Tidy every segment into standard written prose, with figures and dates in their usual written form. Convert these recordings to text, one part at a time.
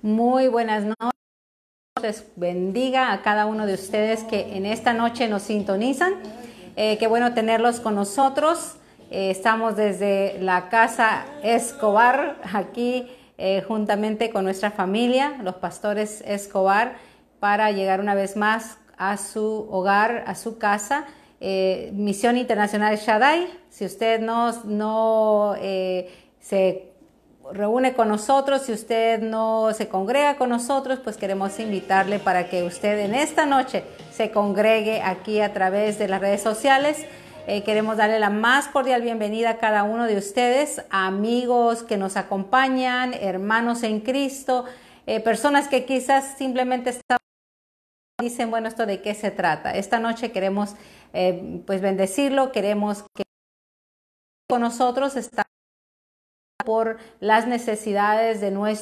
Muy buenas noches. Les bendiga a cada uno de ustedes que en esta noche nos sintonizan. Qué bueno tenerlos con nosotros. Estamos desde la casa Escobar, aquí juntamente con nuestra familia, los pastores Escobar, para llegar una vez más a su hogar, a su casa. Misión Internacional Shaddai. Si usted no se reúne con nosotros, si usted no se congrega con nosotros, pues queremos invitarle para que usted en esta noche se congregue aquí a través de las redes sociales. Queremos darle la más cordial bienvenida a cada uno de ustedes, amigos que nos acompañan, hermanos en Cristo, personas que quizás simplemente dicen, bueno, ¿esto de qué se trata? Esta noche queremos pues bendecirlo, queremos que con nosotros está por las necesidades de no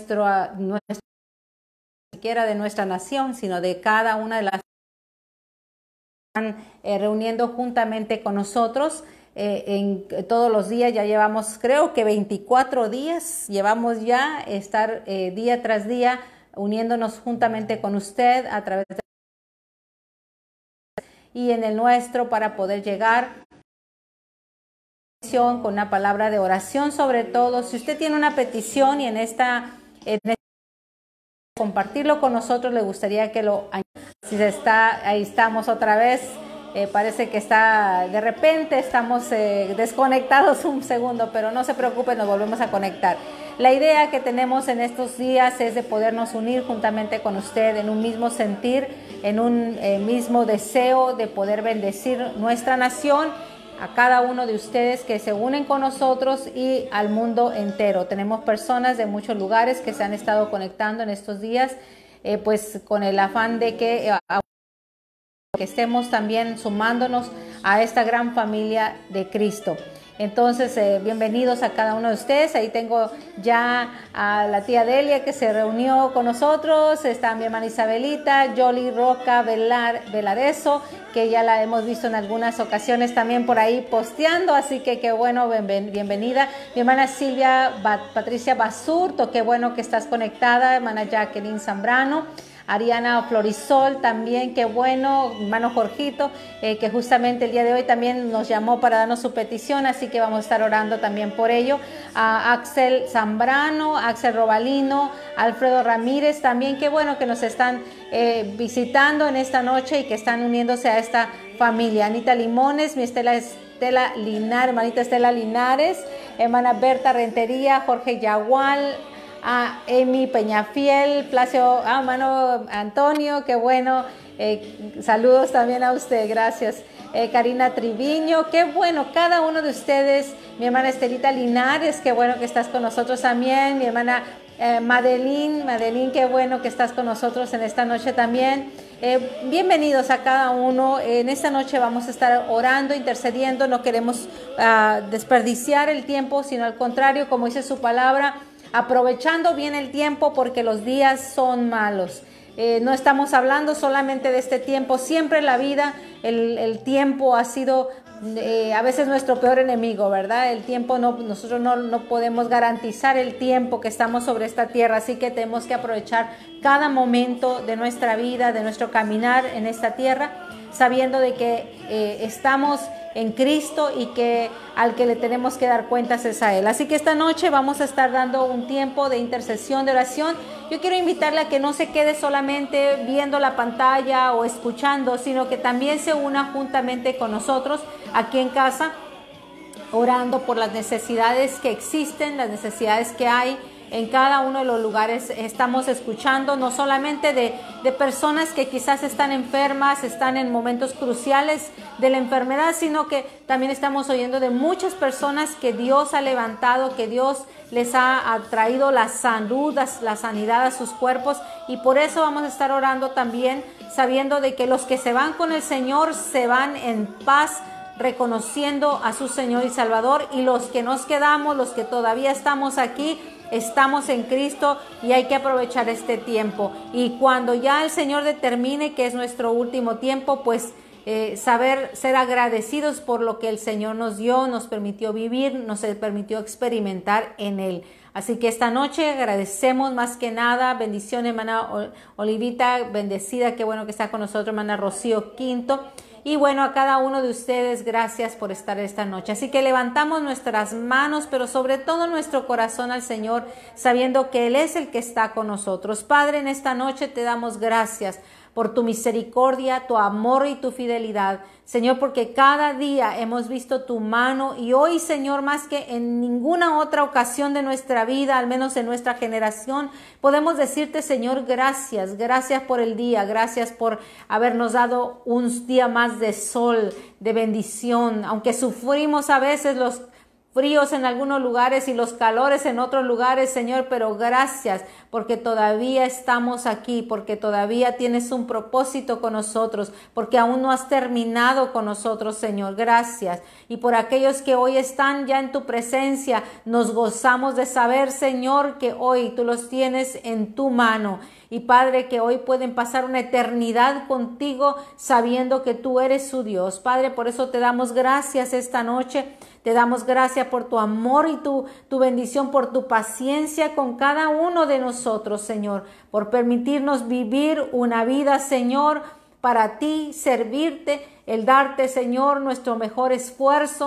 siquiera de nuestra nación, sino de cada una de las que están reuniendo juntamente con nosotros en todos los días. Ya llevamos, creo que 24 días, llevamos ya estar día tras día uniéndonos juntamente con usted a través de y en el nuestro para poder llegar con una palabra de oración. Sobre todo, si usted tiene una petición y en esta compartirlo con nosotros, le gustaría que lo añadiera. Si está, ahí estamos otra vez. Parece que está, de repente estamos desconectados un segundo, pero no se preocupen, nos volvemos a conectar. La idea que tenemos en estos días es de podernos unir juntamente con usted en un mismo sentir, en un mismo deseo de poder bendecir nuestra nación, a cada uno de ustedes que se unen con nosotros y al mundo entero. Tenemos personas de muchos lugares que se han estado conectando en estos días, pues con el afán de que estemos también sumándonos a esta gran familia de Cristo. Entonces, bienvenidos a cada uno de ustedes. Ahí tengo ya a la tía Delia que se reunió con nosotros. Está mi hermana Isabelita, Yoli Roca Velarezo, que ya la hemos visto en algunas ocasiones también por ahí posteando. Así que qué bueno, bienvenida. Mi hermana Silvia Patricia Basurto, qué bueno que estás conectada. Hermana Jacqueline Zambrano. Ariana Florisol también, qué bueno, hermano Jorgito, que justamente el día de hoy también nos llamó para darnos su petición, así que vamos a estar orando también por ello. A Axel Zambrano, Axel Robalino, Alfredo Ramírez también, qué bueno que nos están visitando en esta noche y que están uniéndose a esta familia. Anita Limones, mi Estela Linares, hermanita Estela Linares, hermana Berta Rentería, Jorge Yagual, a Emi Peñafiel, Placio, hermano Antonio, qué bueno, saludos también a usted, gracias. Karina Triviño, qué bueno, cada uno de ustedes, mi hermana Estelita Linares, qué bueno que estás con nosotros también, mi hermana Madeline, qué bueno que estás con nosotros en esta noche también. Bienvenidos a cada uno. En esta noche vamos a estar orando, intercediendo, no queremos desperdiciar el tiempo, sino al contrario, como dice su palabra, aprovechando bien el tiempo porque los días son malos. No estamos hablando solamente de este tiempo, siempre en la vida el tiempo ha sido a veces nuestro peor enemigo, ¿verdad? El tiempo, nosotros no podemos garantizar el tiempo que estamos sobre esta tierra, así que tenemos que aprovechar cada momento de nuestra vida, de nuestro caminar en esta tierra, sabiendo de que estamos en Cristo y que al que le tenemos que dar cuentas es a Él. Así que esta noche vamos a estar dando un tiempo de intercesión, de oración. Yo quiero invitarle a que no se quede solamente viendo la pantalla o escuchando, sino que también se una juntamente con nosotros aquí en casa, orando por las necesidades que existen, las necesidades que hay en cada uno de los lugares. Estamos escuchando no solamente de personas que quizás están enfermas, están en momentos cruciales de la enfermedad, sino que también estamos oyendo de muchas personas que Dios ha levantado, que Dios les ha traído la salud, la sanidad a sus cuerpos, y por eso vamos a estar orando también, sabiendo de que los que se van con el Señor se van en paz, reconociendo a su Señor y Salvador, y los que nos quedamos, los que todavía estamos aquí, estamos en Cristo y hay que aprovechar este tiempo. Y cuando ya el Señor determine que es nuestro último tiempo, pues saber ser agradecidos por lo que el Señor nos dio, nos permitió vivir, nos permitió experimentar en Él. Así que esta noche agradecemos más que nada. Bendiciones, hermana Olivita, bendecida, qué bueno que está con nosotros, hermana Rocío Quinto. Y bueno, a cada uno de ustedes, gracias por estar esta noche. Así que levantamos nuestras manos, pero sobre todo nuestro corazón al Señor, sabiendo que Él es el que está con nosotros. Padre, en esta noche te damos gracias por tu misericordia, tu amor y tu fidelidad. Señor, porque cada día hemos visto tu mano y hoy, Señor, más que en ninguna otra ocasión de nuestra vida, al menos en nuestra generación, podemos decirte, Señor, gracias. Gracias por el día, gracias por habernos dado un día más de sol, de bendición. Aunque sufrimos a veces los fríos en algunos lugares y los calores en otros lugares, Señor, pero gracias porque todavía estamos aquí, porque todavía tienes un propósito con nosotros, porque aún no has terminado con nosotros, Señor. Gracias. Y por aquellos que hoy están ya en tu presencia, nos gozamos de saber, Señor, que hoy tú los tienes en tu mano. Y Padre, que hoy pueden pasar una eternidad contigo sabiendo que tú eres su Dios. Padre, por eso te damos gracias esta noche. Te damos gracias por tu amor y tu bendición, por tu paciencia con cada uno de nosotros, Señor, por permitirnos vivir una vida, Señor, para ti, servirte, el darte, Señor, nuestro mejor esfuerzo,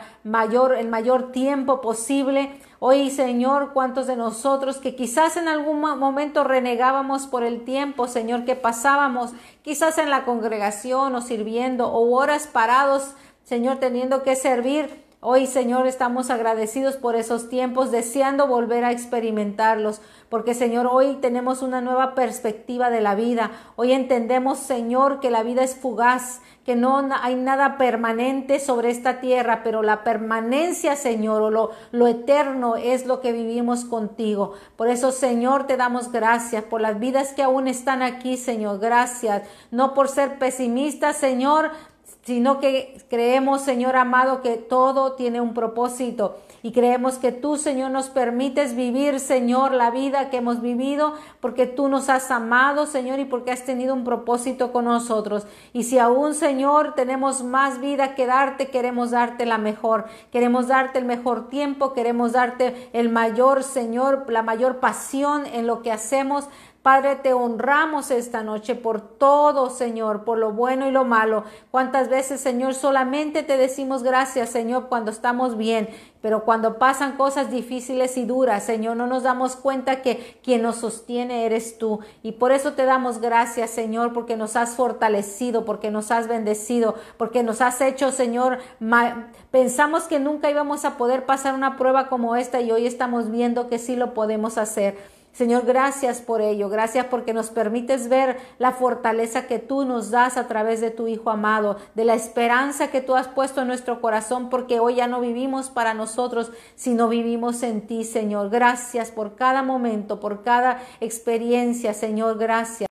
el mayor tiempo posible. Hoy, Señor, cuántos de nosotros que quizás en algún momento renegábamos por el tiempo, Señor, que pasábamos, quizás en la congregación o sirviendo o horas parados, Señor, teniendo que servir. Hoy, Señor, estamos agradecidos por esos tiempos, deseando volver a experimentarlos, porque, Señor, hoy tenemos una nueva perspectiva de la vida. Hoy entendemos, Señor, que la vida es fugaz, que no hay nada permanente sobre esta tierra, pero la permanencia, Señor, o lo eterno es lo que vivimos contigo. Por eso, Señor, te damos gracias por las vidas que aún están aquí, Señor. Gracias, no por ser pesimistas, Señor, sino que creemos, Señor amado, que todo tiene un propósito y creemos que tú, Señor, nos permites vivir, Señor, la vida que hemos vivido porque tú nos has amado, Señor, y porque has tenido un propósito con nosotros. Y si aún, Señor, tenemos más vida que darte, queremos darte la mejor, queremos darte el mejor tiempo, queremos darte el mayor, Señor, la mayor pasión en lo que hacemos. Padre, te honramos esta noche por todo, Señor, por lo bueno y lo malo. Cuántas veces, Señor, solamente te decimos gracias, Señor, cuando estamos bien, pero cuando pasan cosas difíciles y duras, Señor, no nos damos cuenta que quien nos sostiene eres tú. Y por eso te damos gracias, Señor, porque nos has fortalecido, porque nos has bendecido, porque nos has hecho, Señor, pensamos que nunca íbamos a poder pasar una prueba como esta y hoy estamos viendo que sí lo podemos hacer. Señor, gracias por ello, gracias porque nos permites ver la fortaleza que tú nos das a través de tu Hijo amado, de la esperanza que tú has puesto en nuestro corazón, porque hoy ya no vivimos para nosotros, sino vivimos en ti, Señor. Gracias por cada momento, por cada experiencia, Señor, gracias.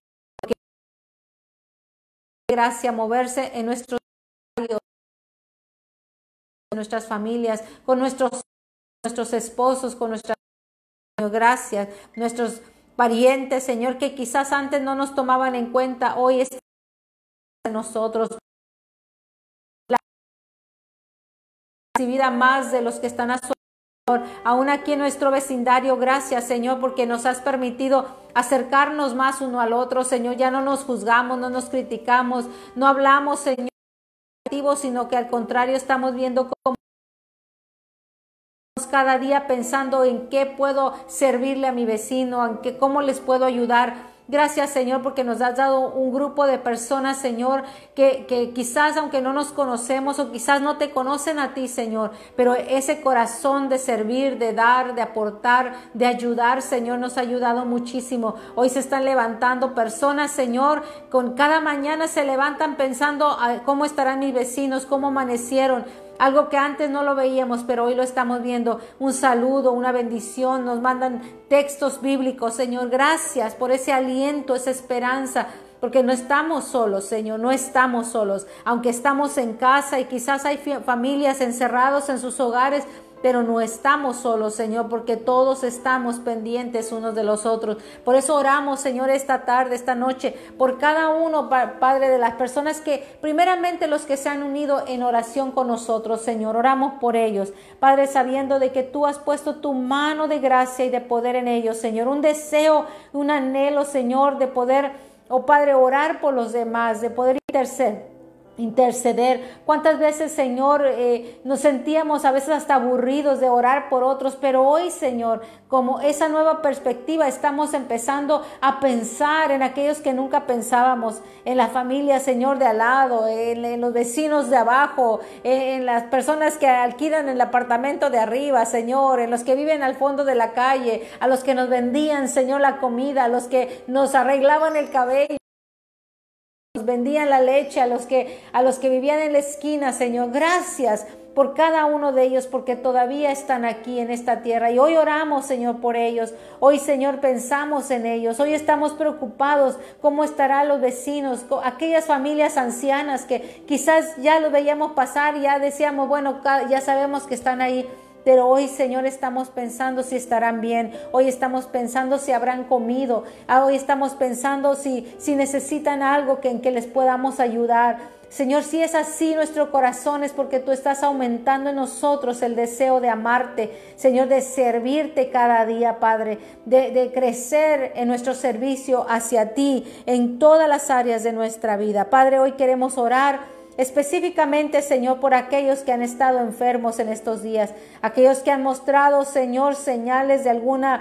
Gracias moverse en nuestros nuestras familias, con nuestros esposos, con nuestras gracias, nuestros parientes, Señor, que quizás antes no nos tomaban en cuenta, hoy están en nosotros. La recibida más de los que están a su alrededor, aún aquí en nuestro vecindario. Gracias, Señor, porque nos has permitido acercarnos más uno al otro, Señor. Ya no nos juzgamos, no nos criticamos, no hablamos, Señor, sino que al contrario estamos viendo cómo cada día pensando en qué puedo servirle a mi vecino, en cómo les puedo ayudar. Gracias, Señor, porque nos has dado un grupo de personas, Señor, que quizás aunque no nos conocemos o quizás no te conocen a ti, Señor, pero ese corazón de servir, de dar, de aportar, de ayudar, Señor, nos ha ayudado muchísimo. Hoy se están levantando personas, Señor, con cada mañana se levantan pensando cómo estarán mis vecinos, cómo amanecieron. Algo que antes no lo veíamos, pero hoy lo estamos viendo. Un saludo, una bendición, nos mandan textos bíblicos, Señor. Gracias por ese aliento, esa esperanza, porque no estamos solos, Señor, no estamos solos. Aunque estamos en casa y quizás hay familias encerrados en sus hogares, pero no estamos solos, Señor, porque todos estamos pendientes unos de los otros. Por eso oramos, Señor, esta tarde, esta noche, por cada uno, Padre, de las personas que, primeramente los que se han unido en oración con nosotros, Señor, oramos por ellos, Padre, sabiendo de que tú has puesto tu mano de gracia y de poder en ellos, Señor, un deseo, un anhelo, Señor, de poder, oh Padre, orar por los demás, de poder interceder. ¿Cuántas veces, Señor, nos sentíamos a veces hasta aburridos de orar por otros? Pero hoy, Señor, como esa nueva perspectiva, estamos empezando a pensar en aquellos que nunca pensábamos, en la familia, Señor, de al lado, en los vecinos de abajo, en las personas que alquilan el apartamento de arriba, Señor, en los que viven al fondo de la calle, a los que nos vendían, Señor, la comida, a los que nos arreglaban el cabello, nos vendían la leche, a los que vivían en la esquina, Señor. Gracias por cada uno de ellos, porque todavía están aquí en esta tierra. Y hoy oramos, Señor, por ellos. Hoy, Señor, pensamos en ellos. Hoy estamos preocupados cómo estarán los vecinos, aquellas familias ancianas que quizás ya los veíamos pasar y ya decíamos, bueno, ya sabemos que están ahí. Pero hoy, Señor, estamos pensando si estarán bien. Hoy estamos pensando si habrán comido. Hoy estamos pensando si necesitan algo en que les podamos ayudar. Señor, si es así nuestro corazón, es porque tú estás aumentando en nosotros el deseo de amarte, Señor, de servirte cada día, Padre, de crecer en nuestro servicio hacia ti en todas las áreas de nuestra vida. Padre, hoy queremos orar específicamente, Señor, por aquellos que han estado enfermos en estos días, aquellos que han mostrado, Señor, señales de alguna,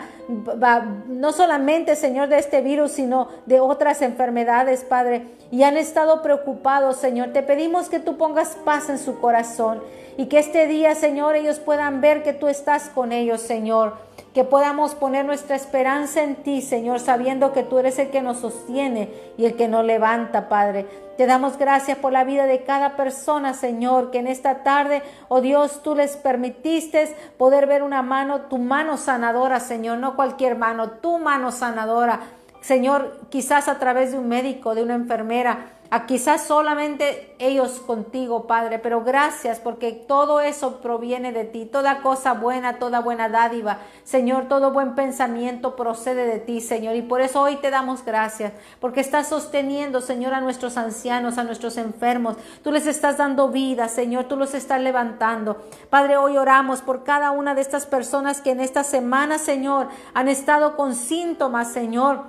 no solamente, Señor, de este virus, sino de otras enfermedades, Padre, y han estado preocupados, Señor. Te pedimos que tú pongas paz en su corazón y que este día, Señor, ellos puedan ver que tú estás con ellos, Señor. Que podamos poner nuestra esperanza en ti, Señor, sabiendo que tú eres el que nos sostiene y el que nos levanta, Padre. Te damos gracias por la vida de cada persona, Señor, que en esta tarde, oh Dios, tú les permitiste poder ver una mano, tu mano sanadora, Señor, no cualquier mano, tu mano sanadora, Señor, quizás a través de un médico, de una enfermera, quizás solamente ellos contigo, Padre, pero gracias porque todo eso proviene de ti, toda cosa buena, toda buena dádiva, Señor, todo buen pensamiento procede de ti, Señor, y por eso hoy te damos gracias, porque estás sosteniendo, Señor, a nuestros ancianos, a nuestros enfermos, tú les estás dando vida, Señor, tú los estás levantando. Padre, hoy oramos por cada una de estas personas que en esta semana, Señor, han estado con síntomas, Señor,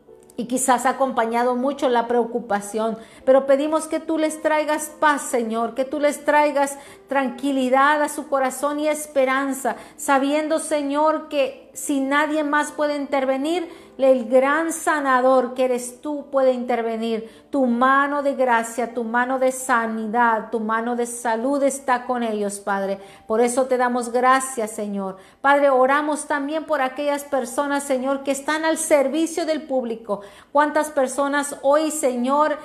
y quizás ha acompañado mucho la preocupación, pero pedimos que tú les traigas paz, Señor, que tú les traigas tranquilidad a su corazón y esperanza, sabiendo, Señor, que si nadie más puede intervenir, el gran sanador que eres tú puede intervenir. Tu mano de gracia, tu mano de sanidad, tu mano de salud está con ellos, Padre. Por eso te damos gracias, Señor. Padre, oramos también por aquellas personas, Señor, que están al servicio del público. ¿Cuántas personas hoy, Señor,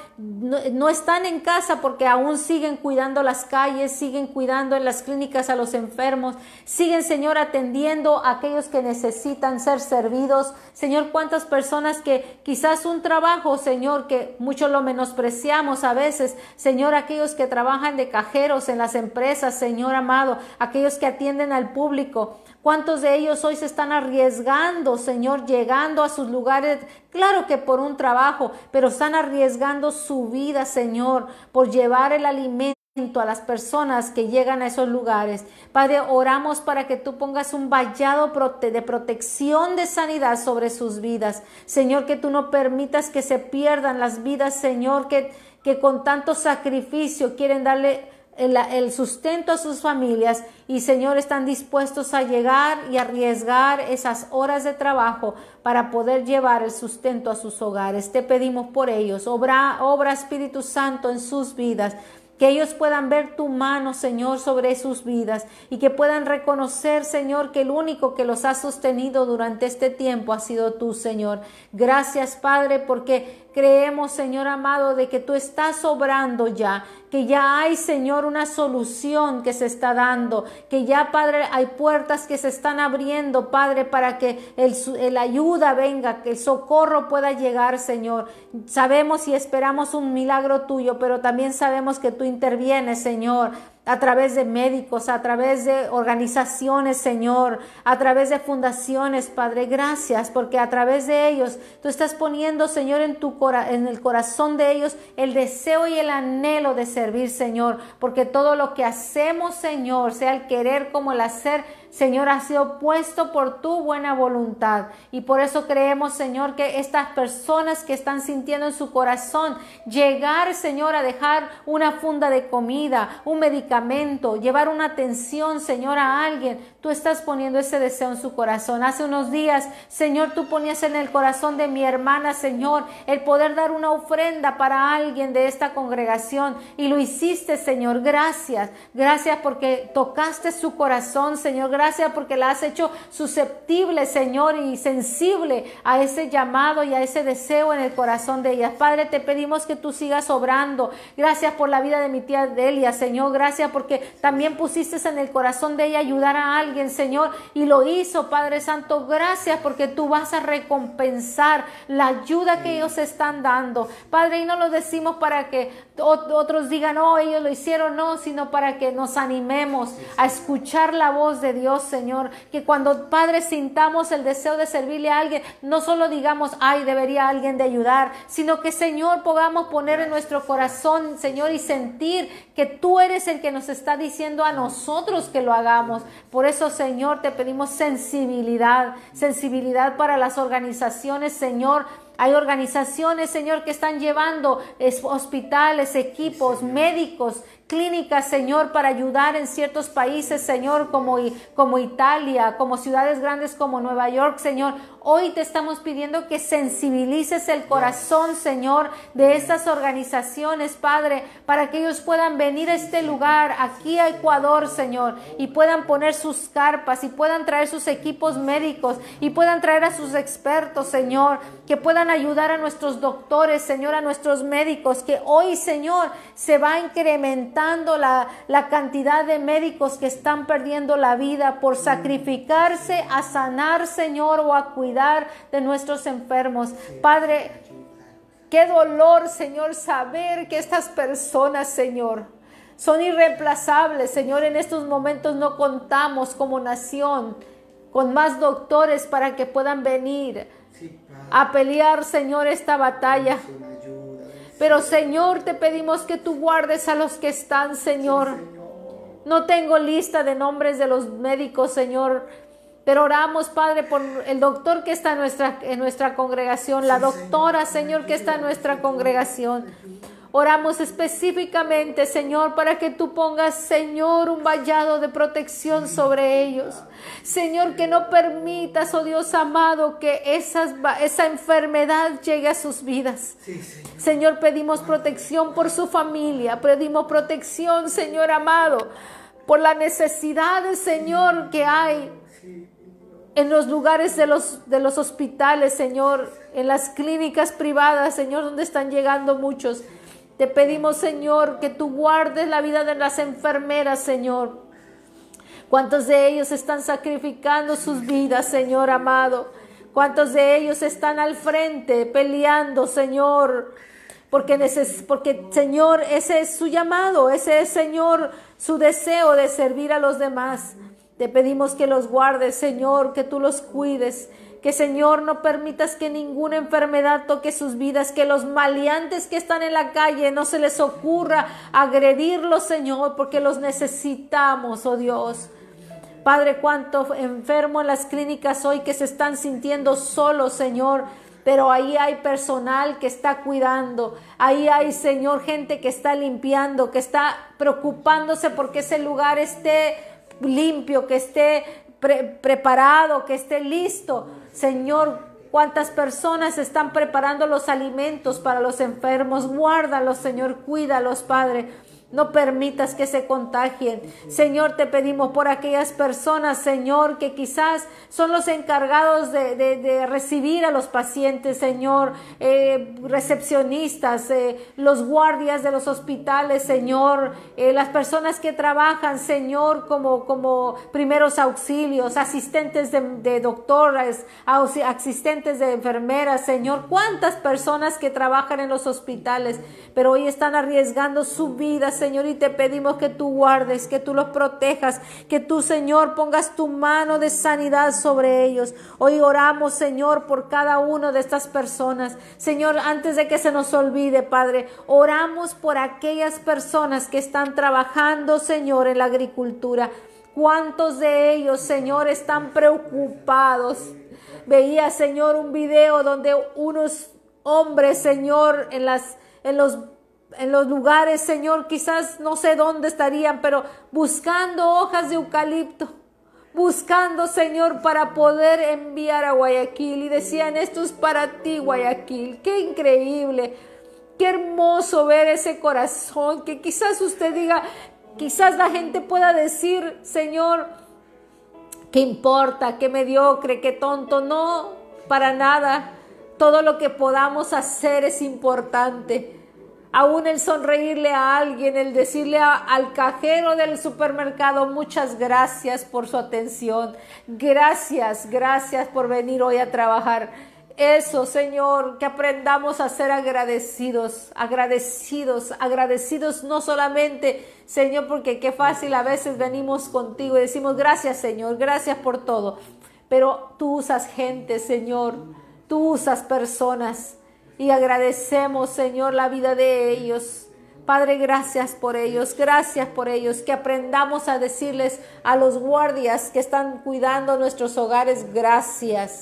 no están en casa porque aún siguen cuidando las calles, siguen cuidando en las clínicas a los enfermos, siguen, Señor, atendiendo a aquellos que necesitan ser servidos? Señor, cuántas personas que quizás un trabajo, Señor, que muchos lo menospreciamos a veces, Señor, aquellos que trabajan de cajeros en las empresas, Señor amado, aquellos que atienden al público, cuántos de ellos hoy se están arriesgando, Señor, llegando a sus lugares, claro que por un trabajo, pero están arriesgando su vida, Señor, por llevar el alimento a las personas que llegan a esos lugares. Padre, oramos para que tú pongas un vallado de protección, de sanidad sobre sus vidas. Señor, que tú no permitas que se pierdan las vidas, Señor, que con tanto sacrificio quieren darle el sustento a sus familias y, Señor, están dispuestos a llegar y arriesgar esas horas de trabajo para poder llevar el sustento a sus hogares. Te pedimos por ellos, obra Espíritu Santo en sus vidas, que ellos puedan ver tu mano, Señor, sobre sus vidas y que puedan reconocer, Señor, que el único que los ha sostenido durante este tiempo ha sido tú, Señor. Gracias, Padre, porque creemos, Señor amado, de que tú estás obrando ya, que ya hay, Señor, una solución que se está dando, que ya, Padre, hay puertas que se están abriendo, Padre, para que el ayuda venga, que el socorro pueda llegar, Señor. Sabemos y esperamos un milagro tuyo, pero también sabemos que tú intervienes, Señor, a través de médicos, a través de organizaciones, Señor, a través de fundaciones, Padre. Gracias, porque a través de ellos tú estás poniendo, Señor, en el corazón de ellos el deseo y el anhelo de servir, Señor, porque todo lo que hacemos, Señor, sea el querer como el hacer, Señor, ha sido puesto por tu buena voluntad. Y por eso creemos, Señor, que estas personas que están sintiendo en su corazón llegar, Señor, a dejar una funda de comida, un medicamento, llevar una atención, Señor, a alguien, tú estás poniendo ese deseo en su corazón. Hace unos días, Señor, tú ponías en el corazón de mi hermana, Señor, el poder dar una ofrenda para alguien de esta congregación, y lo hiciste, Señor. Gracias, gracias porque tocaste su corazón, Señor. Gracias porque la has hecho susceptible, Señor, y sensible a ese llamado y a ese deseo en el corazón de ella. Padre, te pedimos que tú sigas obrando. Gracias por la vida de mi tía Delia, Señor. Gracias porque también pusiste en el corazón de ella ayudar a alguien, Señor, y lo hizo, Padre Santo. Gracias porque tú vas a recompensar la ayuda que ellos están dando, Padre, y no lo decimos para que otros digan, oh, ellos lo hicieron, no, sino para que nos animemos a escuchar la voz de Dios, Señor, que cuando, Padre, sintamos el deseo de servirle a alguien, no solo digamos, ay, debería alguien de ayudar, sino que, Señor, podamos poner en nuestro corazón, Señor, y sentir que tú eres el que nos está diciendo a nosotros que lo hagamos. Por eso, Señor, te pedimos sensibilidad para las organizaciones, Señor. Hay organizaciones, Señor, que están llevando hospitales, equipos, médicos, clínicas, Señor, para ayudar en ciertos países, Señor, como Italia, como ciudades grandes como Nueva York, Señor. Hoy te estamos pidiendo que sensibilices el corazón, Señor, de estas organizaciones, Padre, para que ellos puedan venir a este lugar, aquí a Ecuador, Señor, y puedan poner sus carpas, y puedan traer sus equipos médicos, y puedan traer a sus expertos, Señor, que puedan ayudar a nuestros doctores, Señor, a nuestros médicos, que hoy, Señor, se va incrementando la cantidad de médicos que están perdiendo la vida por sacrificarse a sanar, Señor, o a cuidar de nuestros enfermos. Padre, qué dolor, Señor, saber que estas personas, Señor, son irreemplazables, Señor. En estos momentos no contamos como nación con más doctores para que puedan venir a pelear, Señor, esta batalla. Pero, Señor, te pedimos que tú guardes a los que están, Señor. No tengo lista de nombres de los médicos, Señor, pero oramos, Padre, por el doctor que está en nuestra congregación, la doctora, Señor, que está en nuestra congregación. Oramos específicamente, Señor, para que tú pongas, Señor, un vallado de protección sobre ellos. Señor, que no permitas, oh Dios amado, que esa enfermedad llegue a sus vidas. Sí, Señor. Señor, pedimos protección por su familia, pedimos protección, Señor amado, por las necesidades, Señor, que hay en los lugares de los hospitales, Señor, en las clínicas privadas, Señor, donde están llegando muchos. Te pedimos, Señor, que tú guardes la vida de las enfermeras, Señor. ¿Cuántos de ellos están sacrificando sus vidas, Señor amado? ¿Cuántos de ellos están al frente peleando, Señor? Porque, Señor, ese es su llamado, ese es, Señor, su deseo de servir a los demás. Te pedimos que los guardes, Señor, que tú los cuides, que, Señor, no permitas que ninguna enfermedad toque sus vidas, que los maleantes que están en la calle no se les ocurra agredirlos, Señor, porque los necesitamos, oh Dios. Padre, cuánto enfermo en las clínicas hoy que se están sintiendo solos, Señor, pero ahí hay personal que está cuidando, ahí hay, Señor, gente que está limpiando, que está preocupándose porque ese lugar esté limpio, que esté preparado, que esté listo. Señor, cuántas personas están preparando los alimentos para los enfermos. Guárdalos, Señor, cuídalos, Padre. No permitas que se contagien. Señor, te pedimos por aquellas personas, Señor, que quizás son los encargados de recibir a los pacientes, Señor, recepcionistas, los guardias de los hospitales, Señor, las personas que trabajan, Señor, como primeros auxilios, asistentes de doctores, asistentes de enfermeras, Señor. Cuántas personas que trabajan en los hospitales, pero hoy están arriesgando su vida, Señor, y te pedimos que tú guardes, que tú los protejas, que tú, Señor, pongas tu mano de sanidad sobre ellos. Hoy oramos, Señor, por cada uno de estas personas. Señor, antes de que se nos olvide, Padre, oramos por aquellas personas que están trabajando, Señor, en la agricultura. ¿Cuántos de ellos, Señor, están preocupados? Veía, Señor, un video donde unos hombres, Señor, en los lugares, Señor, quizás no sé dónde estarían, pero buscando hojas de eucalipto, buscando, Señor, para poder enviar a Guayaquil, y decían: esto es para ti, Guayaquil. Qué increíble, qué hermoso ver ese corazón, que quizás usted diga, quizás la gente pueda decir: Señor, ¿qué importa? ¿Qué mediocre? ¿Qué tonto? No, para nada. Todo lo que podamos hacer es importante. Aún el sonreírle a alguien, el decirle al cajero del supermercado: muchas gracias por su atención. Gracias por venir hoy a trabajar. Eso, Señor, que aprendamos a ser agradecidos no solamente, Señor, porque qué fácil a veces venimos contigo y decimos: gracias, Señor, gracias por todo. Pero tú usas gente, Señor, tú usas personas, y agradecemos, Señor, la vida de ellos. Padre, gracias por ellos, que aprendamos a decirles a los guardias que están cuidando nuestros hogares: gracias.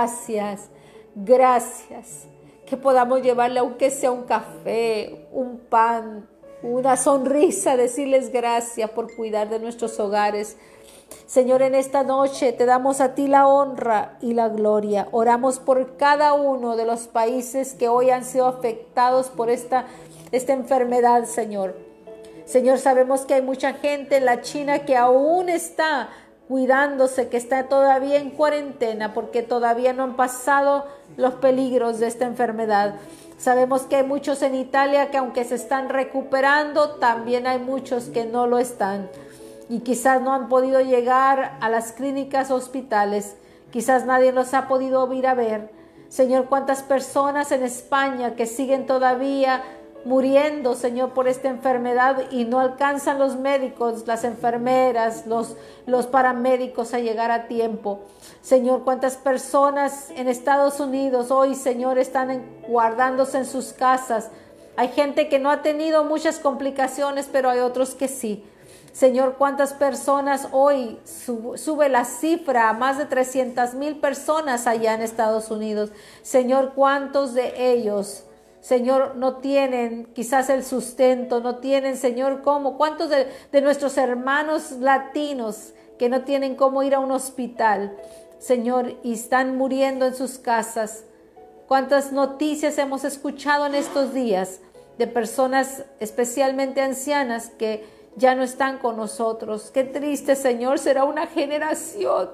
Que podamos llevarle, aunque sea un café, un pan, una sonrisa, decirles gracias por cuidar de nuestros hogares. Señor, en esta noche te damos a ti la honra y la gloria. Oramos por cada uno de los países que hoy han sido afectados por esta enfermedad, Señor. Señor, sabemos que hay mucha gente en la China que aún está cuidándose, que está todavía en cuarentena porque todavía no han pasado los peligros de esta enfermedad. Sabemos que hay muchos en Italia que, aunque se están recuperando, también hay muchos que no lo están, y quizás no han podido llegar a las clínicas, hospitales. Quizás nadie los ha podido ir a ver. Señor, cuántas personas en España que siguen todavía muriendo, Señor, por esta enfermedad, y no alcanzan los médicos, las enfermeras, los paramédicos a llegar a tiempo. Señor, cuántas personas en Estados Unidos hoy, Señor, están guardándose en sus casas. Hay gente que no ha tenido muchas complicaciones, pero hay otros que sí. Señor, cuántas personas hoy, sube la cifra a más de 300,000 personas allá en Estados Unidos. Señor, cuántos de ellos, Señor, no tienen quizás el sustento, no tienen, Señor, cómo. ¿Cuántos de nuestros hermanos latinos que no tienen cómo ir a un hospital, Señor, y están muriendo en sus casas? ¿Cuántas noticias hemos escuchado en estos días de personas, especialmente ancianas, que ya no están con nosotros? Qué triste, Señor, será una generación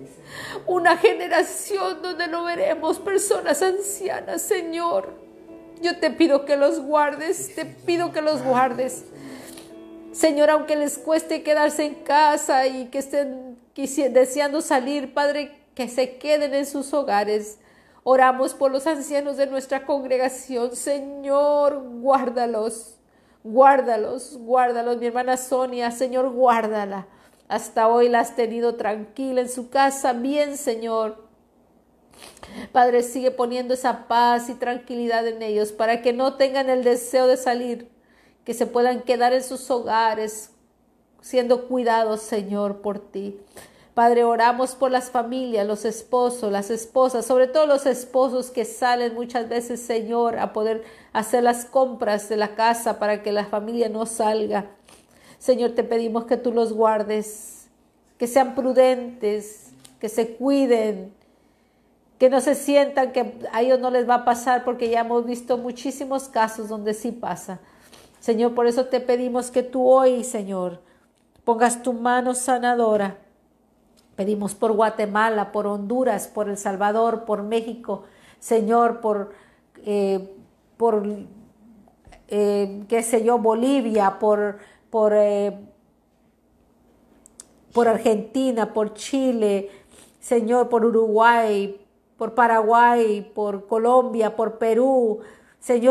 donde no veremos personas ancianas, Señor. Yo te pido que los guardes, Señor, aunque les cueste quedarse en casa y que estén deseando salir, Padre, que se queden en sus hogares. Oramos por los ancianos de nuestra congregación, Señor, guárdalos. Mi hermana Sonia, Señor, guárdala. Hasta hoy la has tenido tranquila en su casa, bien, Señor. Padre, sigue poniendo esa paz y tranquilidad en ellos para que no tengan el deseo de salir, que se puedan quedar en sus hogares siendo cuidados, Señor, por ti. Padre, oramos por las familias, los esposos, las esposas, sobre todo los esposos que salen muchas veces, Señor, a poder hacer las compras de la casa para que la familia no salga. Señor, te pedimos que tú los guardes, que sean prudentes, que se cuiden, que no se sientan que a ellos no les va a pasar, porque ya hemos visto muchísimos casos donde sí pasa. Señor, por eso te pedimos que tú hoy, Señor, pongas tu mano sanadora. Pedimos por Guatemala, por Honduras, por El Salvador, por México, Señor, por Bolivia, por Argentina, por Chile, Señor, por Uruguay, por Paraguay, por Colombia, por Perú. Señor,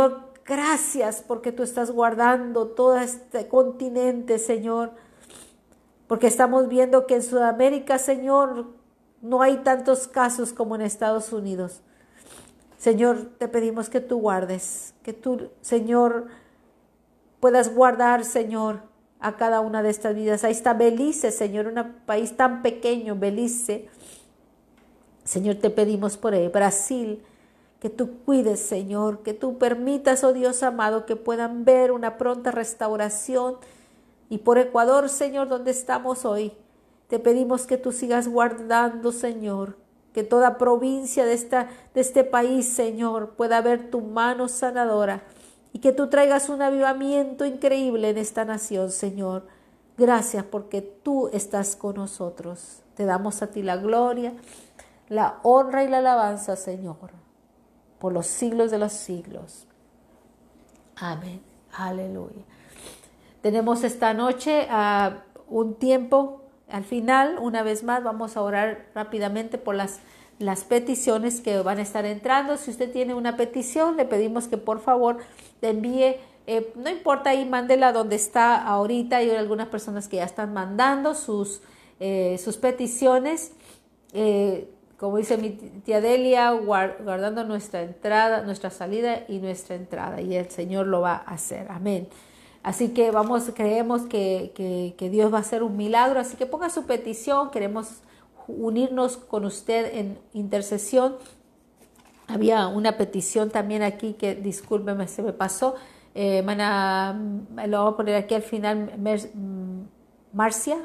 Gracias porque tú estás guardando todo este continente, Señor. Porque estamos viendo que en Sudamérica, Señor, no hay tantos casos como en Estados Unidos. Señor, te pedimos que tú guardes, que tú, Señor, puedas guardar, Señor, a cada una de estas vidas. Ahí está Belice, Señor, un país tan pequeño, Belice. Señor, te pedimos por ahí, Brasil, que tú cuides, Señor, que tú permitas, oh Dios amado, que puedan ver una pronta restauración. Y por Ecuador, Señor, donde estamos hoy, te pedimos que tú sigas guardando, Señor, que toda provincia de este país, Señor, pueda ver tu mano sanadora y que tú traigas un avivamiento increíble en esta nación, Señor. Gracias porque tú estás con nosotros. Te damos a ti la gloria, la honra y la alabanza, Señor, por los siglos de los siglos. Amén. Aleluya. Tenemos esta noche un tiempo. Al final, una vez más, vamos a orar rápidamente por las peticiones que van a estar entrando. Si usted tiene una petición, le pedimos que por favor le envíe, no importa, ahí mándela donde está ahorita. Hay algunas personas que ya están mandando sus peticiones. Como dice mi tía Delia, guardando nuestra entrada, nuestra salida y nuestra entrada. Y el Señor lo va a hacer. Amén. Así que creemos que Dios va a hacer un milagro, así que ponga su petición, queremos unirnos con usted en intercesión. Había una petición también aquí que, discúlpeme, se me pasó, lo voy a poner aquí al final, Marcia,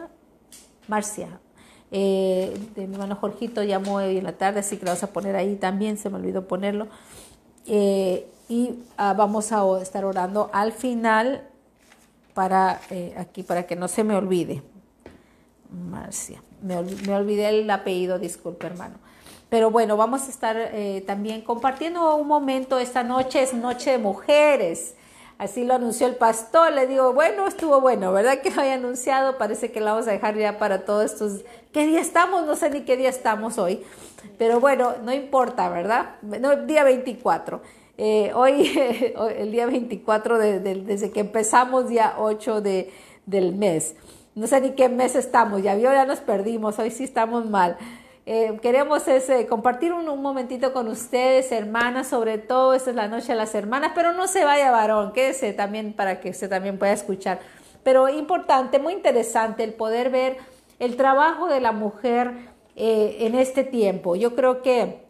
de mi hermano Jorgito llamó hoy en la tarde, así que lo vamos a poner ahí también, se me olvidó ponerlo, vamos a estar orando al final, aquí para que no se me olvide. Marcia, me olvidé el apellido, disculpe hermano, pero bueno, vamos a estar también compartiendo un momento. Esta noche es noche de mujeres, así lo anunció el pastor. Le digo, bueno, estuvo bueno, ¿verdad? Que lo haya anunciado, parece que la vamos a dejar ya para todos estos. ¿Qué día estamos? No sé ni qué día estamos hoy, pero bueno, no importa, ¿verdad? No, día 24. Hoy, el día 24, desde que empezamos, día 8 del mes. No sé ni qué mes estamos, ya nos perdimos, hoy sí estamos mal. Queremos compartir un momentito con ustedes, hermanas, sobre todo. Esta es la noche de las hermanas, pero no se vaya varón, quédese también para que usted también pueda escuchar. Pero importante, muy interesante el poder ver el trabajo de la mujer en este tiempo. Yo creo que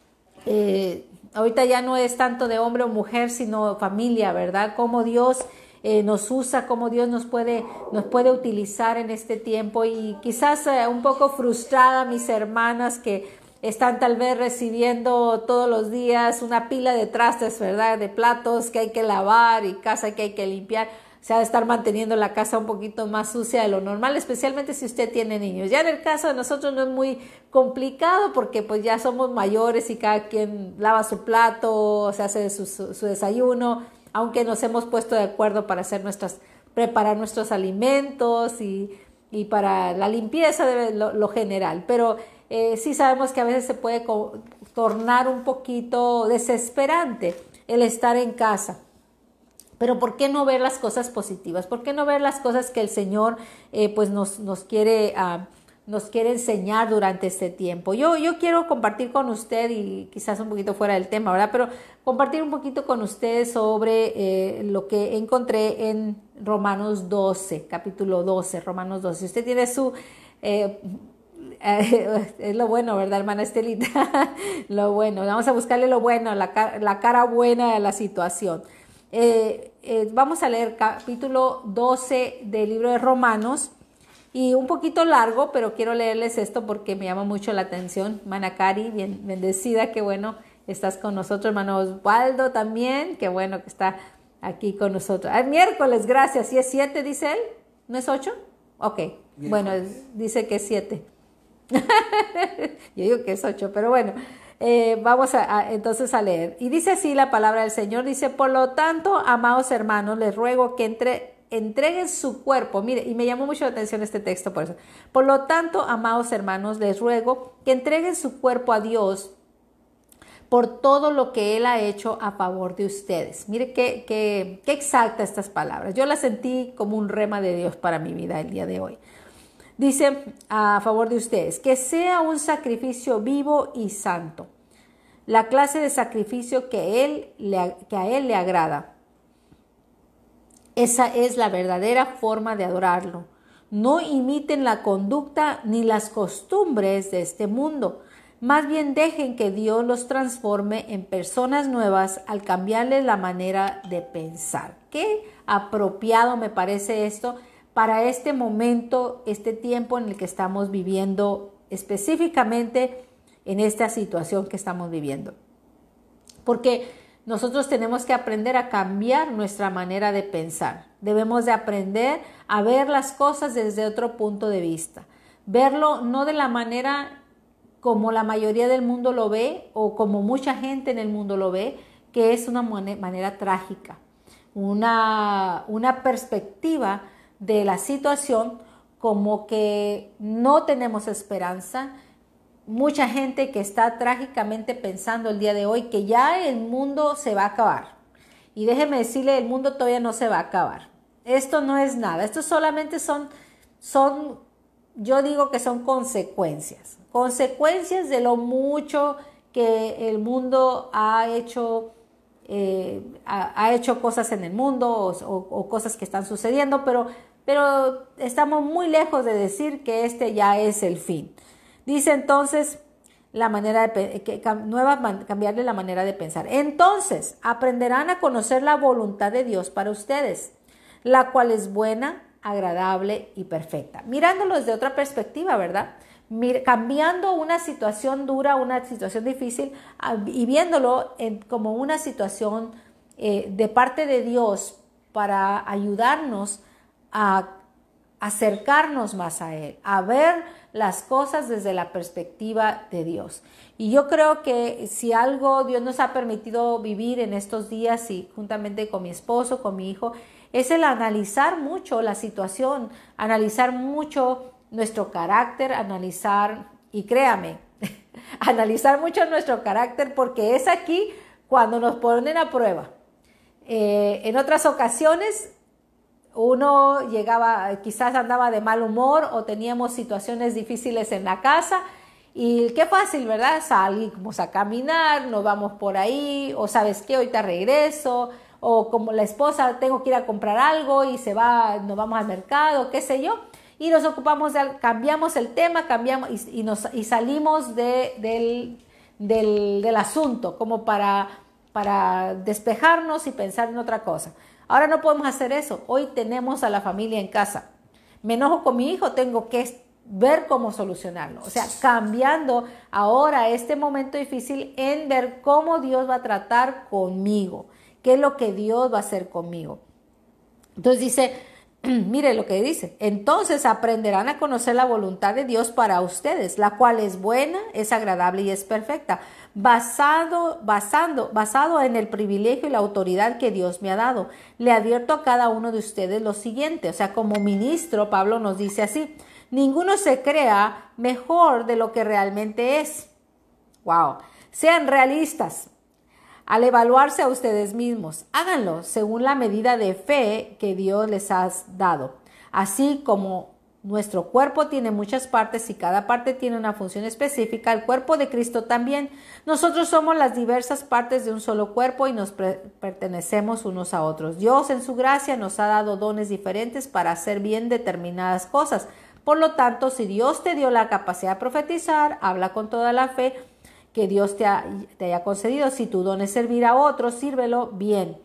ahorita ya no es tanto de hombre o mujer, sino familia, ¿verdad? Cómo Dios nos usa, cómo Dios nos puede utilizar en este tiempo. Y quizás un poco frustrada mis hermanas que están tal vez recibiendo todos los días una pila de trastes, ¿verdad? De platos que hay que lavar y casa que hay que limpiar. O sea, de estar manteniendo la casa un poquito más sucia de lo normal, especialmente si usted tiene niños. Ya en el caso de nosotros no es muy complicado porque pues ya somos mayores y cada quien lava su plato, se hace su desayuno, aunque nos hemos puesto de acuerdo para preparar nuestros alimentos y para la limpieza de lo general. Pero sí sabemos que a veces se puede tornar un poquito desesperante el estar en casa. Pero ¿por qué no ver las cosas positivas? ¿Por qué no ver las cosas que el Señor pues nos quiere enseñar durante este tiempo? Yo quiero compartir con usted, y quizás un poquito fuera del tema, ¿verdad? Pero compartir un poquito con ustedes sobre lo que encontré en Romanos 12, capítulo 12, Romanos 12. Si usted tiene su... es lo bueno, ¿verdad, hermana Estelita? Lo bueno, vamos a buscarle lo bueno, la cara buena de la situación. Vamos a leer capítulo 12 del libro de Romanos, y un poquito largo, pero quiero leerles esto porque me llama mucho la atención. Hermana Cari, bien bendecida, qué bueno estás con nosotros. Hermano Osvaldo también, qué bueno que está aquí con nosotros. Miércoles, gracias. ¿Y es 7, dice él? ¿No es 8? Ok, miércoles. Bueno, dice que es 7. Yo digo que es 8, pero bueno. Vamos entonces a leer. Y dice así la palabra del Señor, dice: por lo tanto, amados hermanos, les ruego que entreguen su cuerpo. Mire, y me llamó mucho la atención este texto por eso. Por lo tanto, amados hermanos, les ruego que entreguen su cuerpo a Dios por todo lo que Él ha hecho a favor de ustedes. Mire qué exacta estas palabras. Yo las sentí como un rema de Dios para mi vida el día de hoy. Dice a favor de ustedes, que sea un sacrificio vivo y santo, la clase de sacrificio que a Él le agrada. Esa es la verdadera forma de adorarlo. No imiten la conducta ni las costumbres de este mundo. Más bien dejen que Dios los transforme en personas nuevas al cambiarles la manera de pensar. Qué apropiado me parece esto para este momento, este tiempo en el que estamos viviendo, específicamente en esta situación que estamos viviendo. Porque nosotros tenemos que aprender a cambiar nuestra manera de pensar. Debemos de aprender a ver las cosas desde otro punto de vista. Verlo no de la manera como la mayoría del mundo lo ve o como mucha gente en el mundo lo ve, que es una manera trágica. Una perspectiva de la situación como que no tenemos esperanza. Mucha gente que está trágicamente pensando el día de hoy que ya el mundo se va a acabar. Y déjeme decirle, el mundo todavía no se va a acabar. Esto no es nada. Esto solamente son yo digo que son consecuencias. Consecuencias de lo mucho que el mundo ha hecho cosas en el mundo o cosas que están sucediendo, pero estamos muy lejos de decir que este ya es el fin. Dice entonces cambiarle la manera de pensar. Entonces aprenderán a conocer la voluntad de Dios para ustedes, la cual es buena, agradable y perfecta. Mirándolo desde otra perspectiva, ¿verdad? Cambiando una situación dura, una situación difícil y viéndolo como una situación de parte de Dios para ayudarnos a acercarnos más a Él, a ver las cosas desde la perspectiva de Dios. Y yo creo que si algo Dios nos ha permitido vivir en estos días y juntamente con mi esposo, con mi hijo, es el analizar mucho la situación, analizar mucho nuestro carácter, y créame, analizar mucho nuestro carácter porque es aquí cuando nos ponen a prueba. En otras ocasiones uno llegaba, quizás andaba de mal humor o teníamos situaciones difíciles en la casa y qué fácil, ¿verdad? Salimos a caminar, nos vamos por ahí o ¿sabes qué? Ahorita regreso o como la esposa tengo que ir a comprar algo y nos vamos al mercado, qué sé yo, y nos ocupamos cambiamos el tema, y salimos del asunto como para despejarnos y pensar en otra cosa. Ahora no podemos hacer eso. Hoy tenemos a la familia en casa. Me enojo con mi hijo, tengo que ver cómo solucionarlo. O sea, cambiando ahora este momento difícil en ver cómo Dios va a tratar conmigo. ¿Qué es lo que Dios va a hacer conmigo? Entonces dice, mire lo que dice. Entonces aprenderán a conocer la voluntad de Dios para ustedes, la cual es buena, es agradable y es perfecta. Basado en el privilegio y la autoridad que Dios me ha dado. Le advierto a cada uno de ustedes lo siguiente, o sea, como ministro, Pablo nos dice así, ninguno se crea mejor de lo que realmente es. Wow. Sean realistas al evaluarse a ustedes mismos. Háganlo según la medida de fe que Dios les ha dado. Así como nuestro cuerpo tiene muchas partes y cada parte tiene una función específica, el cuerpo de Cristo también. Nosotros somos las diversas partes de un solo cuerpo y nos pertenecemos unos a otros. Dios en su gracia nos ha dado dones diferentes para hacer bien determinadas cosas. Por lo tanto, si Dios te dio la capacidad de profetizar, habla con toda la fe que Dios te haya concedido. Si tu don es servir a otros, sírvelos bien.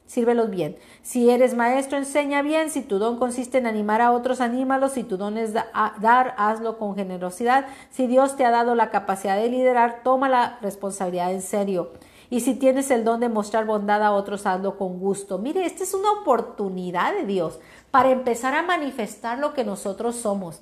Si eres maestro, enseña bien. Si tu don consiste en animar a otros, anímalos. Si tu don es dar, hazlo con generosidad. Si Dios te ha dado la capacidad de liderar, toma la responsabilidad en serio. Y si tienes el don de mostrar bondad a otros, hazlo con gusto. Mire, esta es una oportunidad de Dios para empezar a manifestar lo que nosotros somos.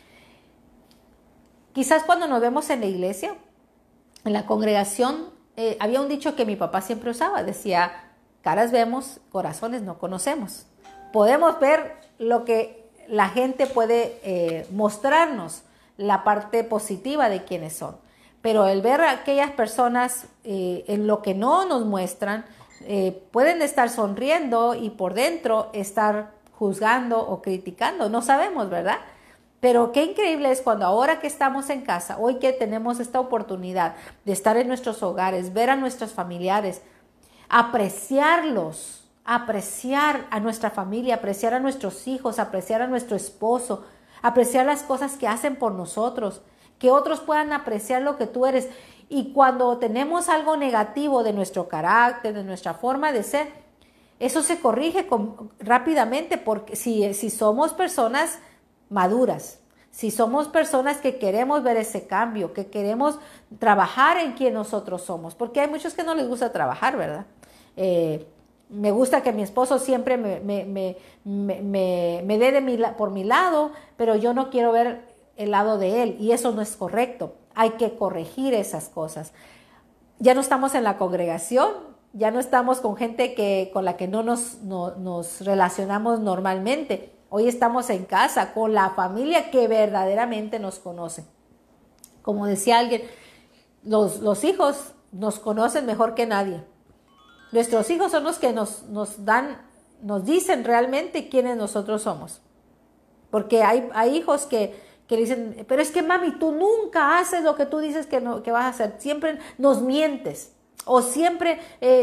Quizás cuando nos vemos en la iglesia, en la congregación, había un dicho que mi papá siempre usaba, decía, caras vemos, corazones no conocemos. Podemos ver lo que la gente puede mostrarnos, la parte positiva de quienes son, pero el ver a aquellas personas en lo que no nos muestran, pueden estar sonriendo y por dentro estar juzgando o criticando, no sabemos, ¿verdad? Pero qué increíble es cuando ahora que estamos en casa, hoy que tenemos esta oportunidad de estar en nuestros hogares, ver a nuestros familiares, apreciarlos, apreciar a nuestra familia, apreciar a nuestros hijos, apreciar a nuestro esposo, apreciar las cosas que hacen por nosotros, que otros puedan apreciar lo que tú eres. Y cuando tenemos algo negativo de nuestro carácter, de nuestra forma de ser, eso se corrige rápidamente, porque si somos personas maduras, si somos personas que queremos ver ese cambio, que queremos trabajar en quien nosotros somos, porque hay muchos que no les gusta trabajar, ¿verdad? Me gusta que mi esposo siempre me dé por mi lado, pero yo no quiero ver el lado de él, y eso no es correcto. Hay que corregir esas cosas. Ya no estamos en la congregación, ya no estamos con gente con la que no nos relacionamos normalmente. Hoy estamos en casa con la familia que verdaderamente nos conoce. Como decía alguien, los hijos nos conocen mejor que nadie. Nuestros hijos son los que nos dicen realmente quiénes nosotros somos. Porque hay hijos que dicen, pero es que mami, tú nunca haces lo que tú dices que vas a hacer. Siempre nos mientes. O siempre,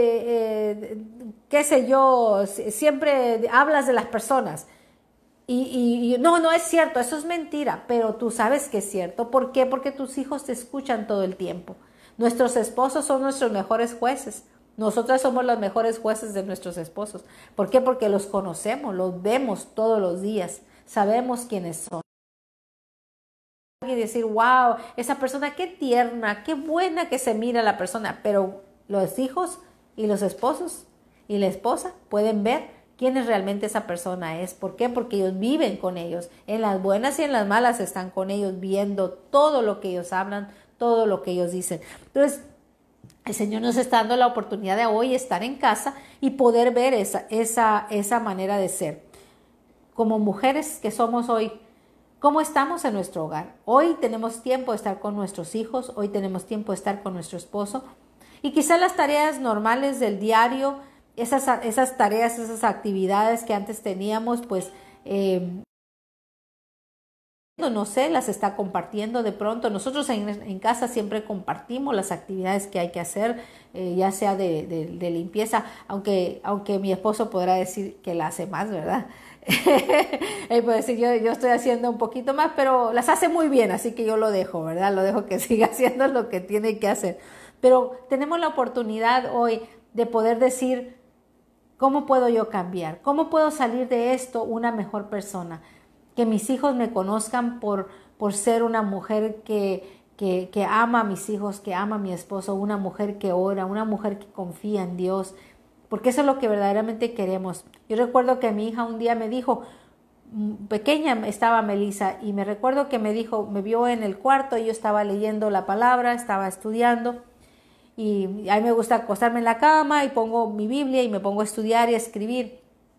qué sé yo, siempre hablas de las personas. Y no es cierto, eso es mentira, pero tú sabes que es cierto. ¿Por qué? Porque tus hijos te escuchan todo el tiempo. Nuestros esposos son nuestros mejores jueces. Nosotras somos los mejores jueces de nuestros esposos. ¿Por qué? Porque los conocemos, los vemos todos los días, sabemos quiénes son. Y decir, wow, esa persona qué tierna, qué buena que se mira la persona, pero los hijos y los esposos y la esposa pueden ver quién es realmente esa persona es. ¿Por qué? Porque ellos viven con ellos, en las buenas y en las malas están con ellos, viendo todo lo que ellos hablan, todo lo que ellos dicen. Entonces, el Señor nos está dando la oportunidad de hoy estar en casa y poder ver esa manera de ser. Como mujeres que somos hoy, ¿cómo estamos en nuestro hogar? Hoy tenemos tiempo de estar con nuestros hijos, hoy tenemos tiempo de estar con nuestro esposo. Y quizás las tareas normales del diario, esas tareas, esas actividades que antes teníamos, pues no sé, las está compartiendo de pronto. Nosotros en casa siempre compartimos las actividades que hay que hacer, ya sea de limpieza, aunque mi esposo podrá decir que la hace más, ¿verdad? Él puede decir, yo estoy haciendo un poquito más, pero las hace muy bien, así que yo lo dejo, ¿verdad? Lo dejo que siga haciendo lo que tiene que hacer. Pero tenemos la oportunidad hoy de poder decir, ¿cómo puedo yo cambiar? ¿Cómo puedo salir de esto una mejor persona? Que mis hijos me conozcan por ser una mujer que ama a mis hijos, que ama a mi esposo, una mujer que ora, una mujer que confía en Dios, porque eso es lo que verdaderamente queremos. Yo recuerdo que mi hija un día me dijo, pequeña estaba Melissa, y me recuerdo que me dijo, me vio en el cuarto y yo estaba leyendo la palabra, estaba estudiando, y a mí me gusta acostarme en la cama y pongo mi Biblia y me pongo a estudiar y a escribir.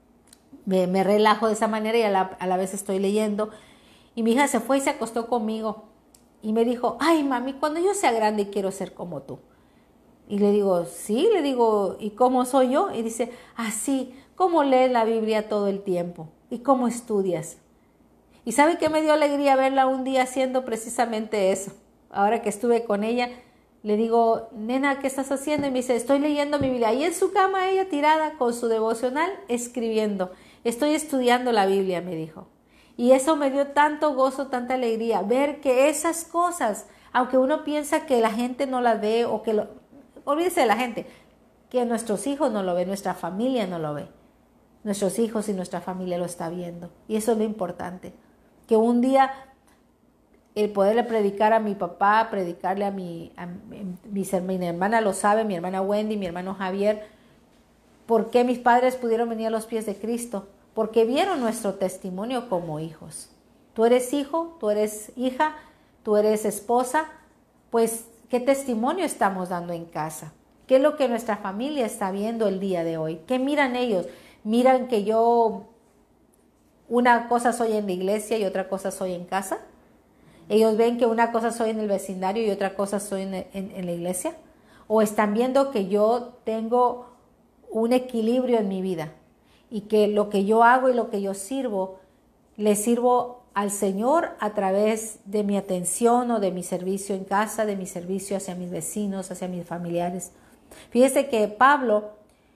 Me relajo de esa manera y a la vez estoy leyendo. Y mi hija se fue y se acostó conmigo y me dijo, ay mami, cuando yo sea grande quiero ser como tú. Y le digo, sí, le digo, ¿y cómo soy yo? Y dice, así, ¿cómo lees la Biblia todo el tiempo? ¿Y cómo estudias? ¿Y sabe qué me dio alegría verla un día haciendo precisamente eso? Ahora que estuve con ella, le digo, nena, ¿qué estás haciendo? Y me dice, estoy leyendo mi Biblia. Y en su cama ella tirada con su devocional escribiendo. Estoy estudiando la Biblia, me dijo. Y eso me dio tanto gozo, tanta alegría, ver que esas cosas, aunque uno piensa que la gente no las ve o que olvídese de la gente, que nuestros hijos no lo ven, nuestra familia no lo ve. Nuestros hijos y nuestra familia lo está viendo. Y eso es lo importante. Que un día el poderle predicar a mi papá, predicarle a mi hermana lo sabe, mi hermana Wendy, mi hermano Javier, ¿por qué mis padres pudieron venir a los pies de Cristo? Porque vieron nuestro testimonio como hijos. Tú eres hijo, tú eres hija, tú eres esposa, pues ¿qué testimonio estamos dando en casa? ¿Qué es lo que nuestra familia está viendo el día de hoy? ¿Qué miran ellos? ¿Miran que yo una cosa soy en la iglesia y otra cosa soy en casa? Ellos ven que una cosa soy en el vecindario y otra cosa soy en la iglesia. O están viendo que yo tengo un equilibrio en mi vida y que lo que yo hago y lo que yo sirvo, le sirvo al Señor a través de mi atención o de mi servicio en casa, de mi servicio hacia mis vecinos, hacia mis familiares. Fíjese que Pablo,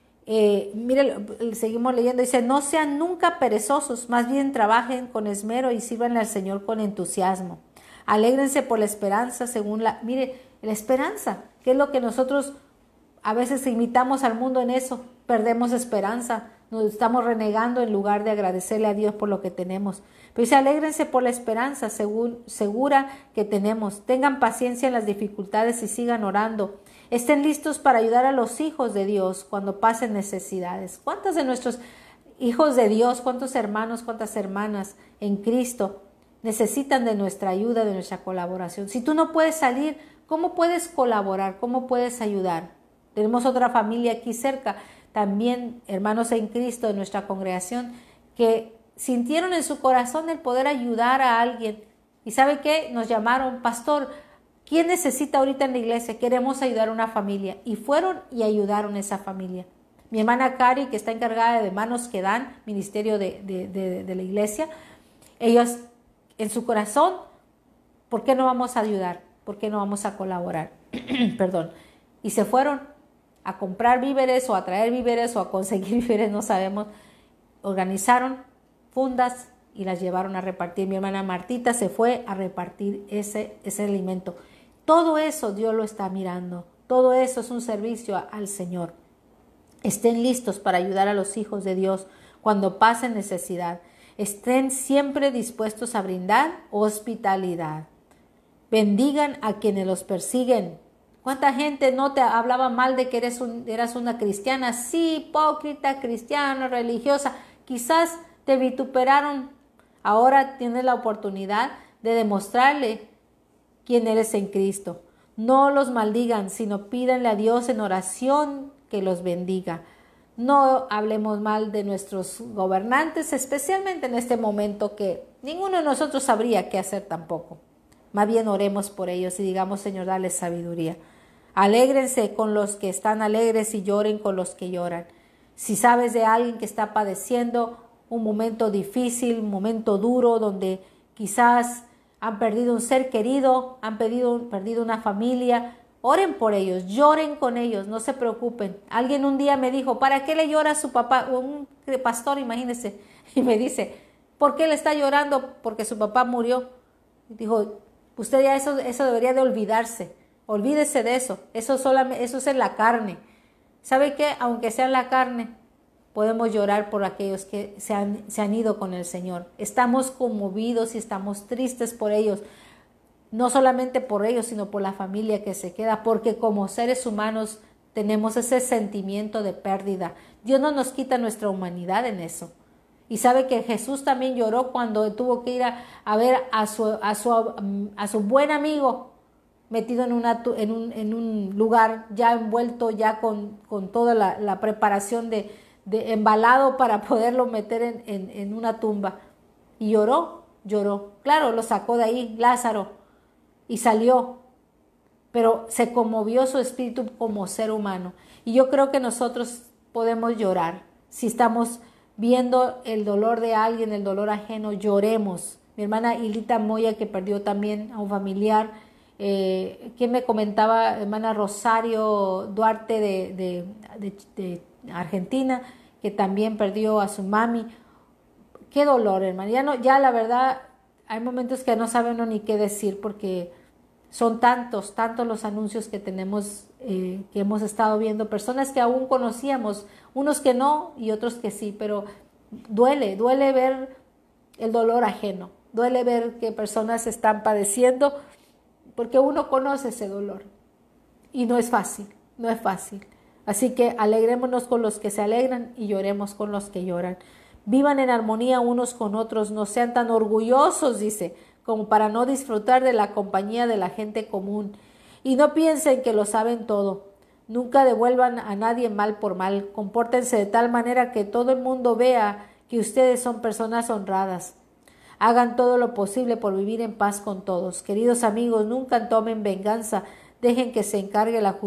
mire, seguimos leyendo, dice, no sean nunca perezosos, más bien trabajen con esmero y sírvanle al Señor con entusiasmo. Alégrense por la esperanza según mire, la esperanza, que es lo que nosotros a veces imitamos al mundo en eso, perdemos esperanza, nos estamos renegando en lugar de agradecerle a Dios por lo que tenemos. Pero dice, alégrense por la esperanza segura que tenemos, tengan paciencia en las dificultades y sigan orando. Estén listos para ayudar a los hijos de Dios cuando pasen necesidades. ¿Cuántos de nuestros hijos de Dios, cuántos hermanos, cuántas hermanas en Cristo necesitan de nuestra ayuda, de nuestra colaboración? Si tú no puedes salir, ¿cómo puedes colaborar? ¿Cómo puedes ayudar? Tenemos otra familia aquí cerca, también hermanos en Cristo de nuestra congregación, que sintieron en su corazón el poder ayudar a alguien. ¿Y sabe qué? Nos llamaron, pastor, ¿quién necesita ahorita en la iglesia? Queremos ayudar a una familia. Y fueron y ayudaron a esa familia. Mi hermana Cari, que está encargada de Manos que Dan, ministerio de la iglesia, ellos en su corazón, ¿por qué no vamos a ayudar? ¿Por qué no vamos a colaborar? Perdón. Y se fueron a comprar víveres o a traer víveres o a conseguir víveres, no sabemos. Organizaron fundas y las llevaron a repartir. Mi hermana Martita se fue a repartir ese alimento. Todo eso Dios lo está mirando. Todo eso es un servicio al Señor. Estén listos para ayudar a los hijos de Dios cuando pasen necesidad. Estén siempre dispuestos a brindar hospitalidad. Bendigan a quienes los persiguen. ¿Cuánta gente no te hablaba mal de que eras una cristiana? Sí, hipócrita, cristiana, religiosa. Quizás te vituperaron. Ahora tienes la oportunidad de demostrarle quién eres en Cristo. No los maldigan, sino pídanle a Dios en oración que los bendiga. No hablemos mal de nuestros gobernantes, especialmente en este momento que ninguno de nosotros sabría qué hacer tampoco. Más bien oremos por ellos y digamos, Señor, dale sabiduría. Alégrense con los que están alegres y lloren con los que lloran. Si sabes de alguien que está padeciendo un momento difícil, un momento duro, donde quizás han perdido un ser querido, han perdido una familia, oren por ellos, lloren con ellos, no se preocupen. Alguien un día me dijo, ¿para qué le llora a su papá? Un pastor, imagínense, y me dice, ¿por qué le está llorando? Porque su papá murió. Y dijo, usted ya eso debería de olvidarse. Olvídese de eso. Eso es en la carne. ¿Sabe qué? Aunque sea en la carne, podemos llorar por aquellos que se han ido con el Señor. Estamos conmovidos y estamos tristes por ellos. No solamente por ellos, sino por la familia que se queda. Porque como seres humanos tenemos ese sentimiento de pérdida. Dios no nos quita nuestra humanidad en eso. Y sabe que Jesús también lloró cuando tuvo que ir a ver a su buen amigo metido en un lugar ya envuelto, ya con toda la preparación de embalado para poderlo meter en una tumba. Y lloró. Claro, lo sacó de ahí Lázaro y salió. Pero se conmovió su espíritu como ser humano. Y yo creo que nosotros podemos llorar. Si estamos viendo el dolor de alguien, el dolor ajeno, lloremos. Mi hermana Hilita Moya, que perdió también a un familiar. ¿Quién me comentaba? Hermana Rosario Duarte de Argentina, que también perdió a su mami. Qué dolor, hermana. Ya la verdad, hay momentos que no sabe uno ni qué decir, porque son tantos los anuncios que tenemos, que hemos estado viendo, personas que aún conocíamos, unos que no y otros que sí, pero duele ver el dolor ajeno, duele ver que personas están padeciendo, porque uno conoce ese dolor y no es fácil. Así que alegrémonos con los que se alegran y lloremos con los que lloran. Vivan en armonía unos con otros, no sean tan orgullosos, dice, como para no disfrutar de la compañía de la gente común. Y no piensen que lo saben todo. Nunca devuelvan a nadie mal por mal. Compórtense de tal manera que todo el mundo vea que ustedes son personas honradas. Hagan todo lo posible por vivir en paz con todos. Queridos amigos, nunca tomen venganza. Dejen que se encargue la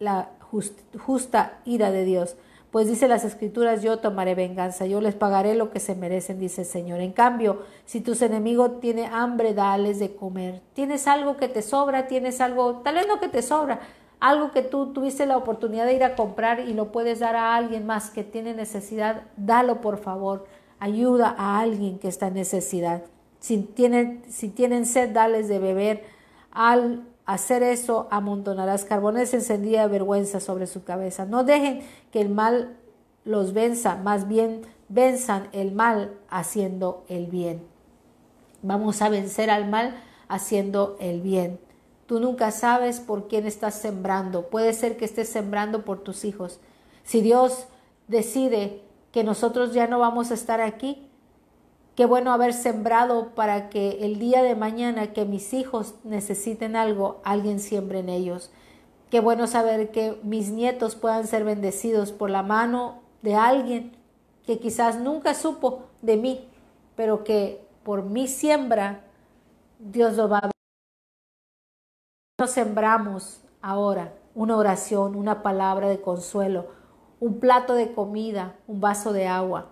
justa ira de Dios. Pues dice las Escrituras, yo tomaré venganza, yo les pagaré lo que se merecen, dice el Señor. En cambio, si tus enemigos tienen hambre, dales de comer. Tienes algo que te sobra, tienes algo, tal vez no que te sobra, algo que tú tuviste la oportunidad de ir a comprar y lo puedes dar a alguien más que tiene necesidad, dalo por favor. Ayuda a alguien que está en necesidad. Si tienen sed, dales de beber. Al hacer eso, amontonarás carbones encendida de vergüenza sobre su cabeza. No dejen que el mal los venza, más bien venzan el mal haciendo el bien. Vamos a vencer al mal haciendo el bien. Tú nunca sabes por quién estás sembrando. Puede ser que estés sembrando por tus hijos. Si Dios decide que nosotros ya no vamos a estar aquí, qué bueno haber sembrado para que el día de mañana que mis hijos necesiten algo, alguien siembre en ellos. Qué bueno saber que mis nietos puedan ser bendecidos por la mano de alguien que quizás nunca supo de mí, pero que por mi siembra Dios lo va a ver. Nos sembramos ahora una oración, una palabra de consuelo, un plato de comida, un vaso de agua,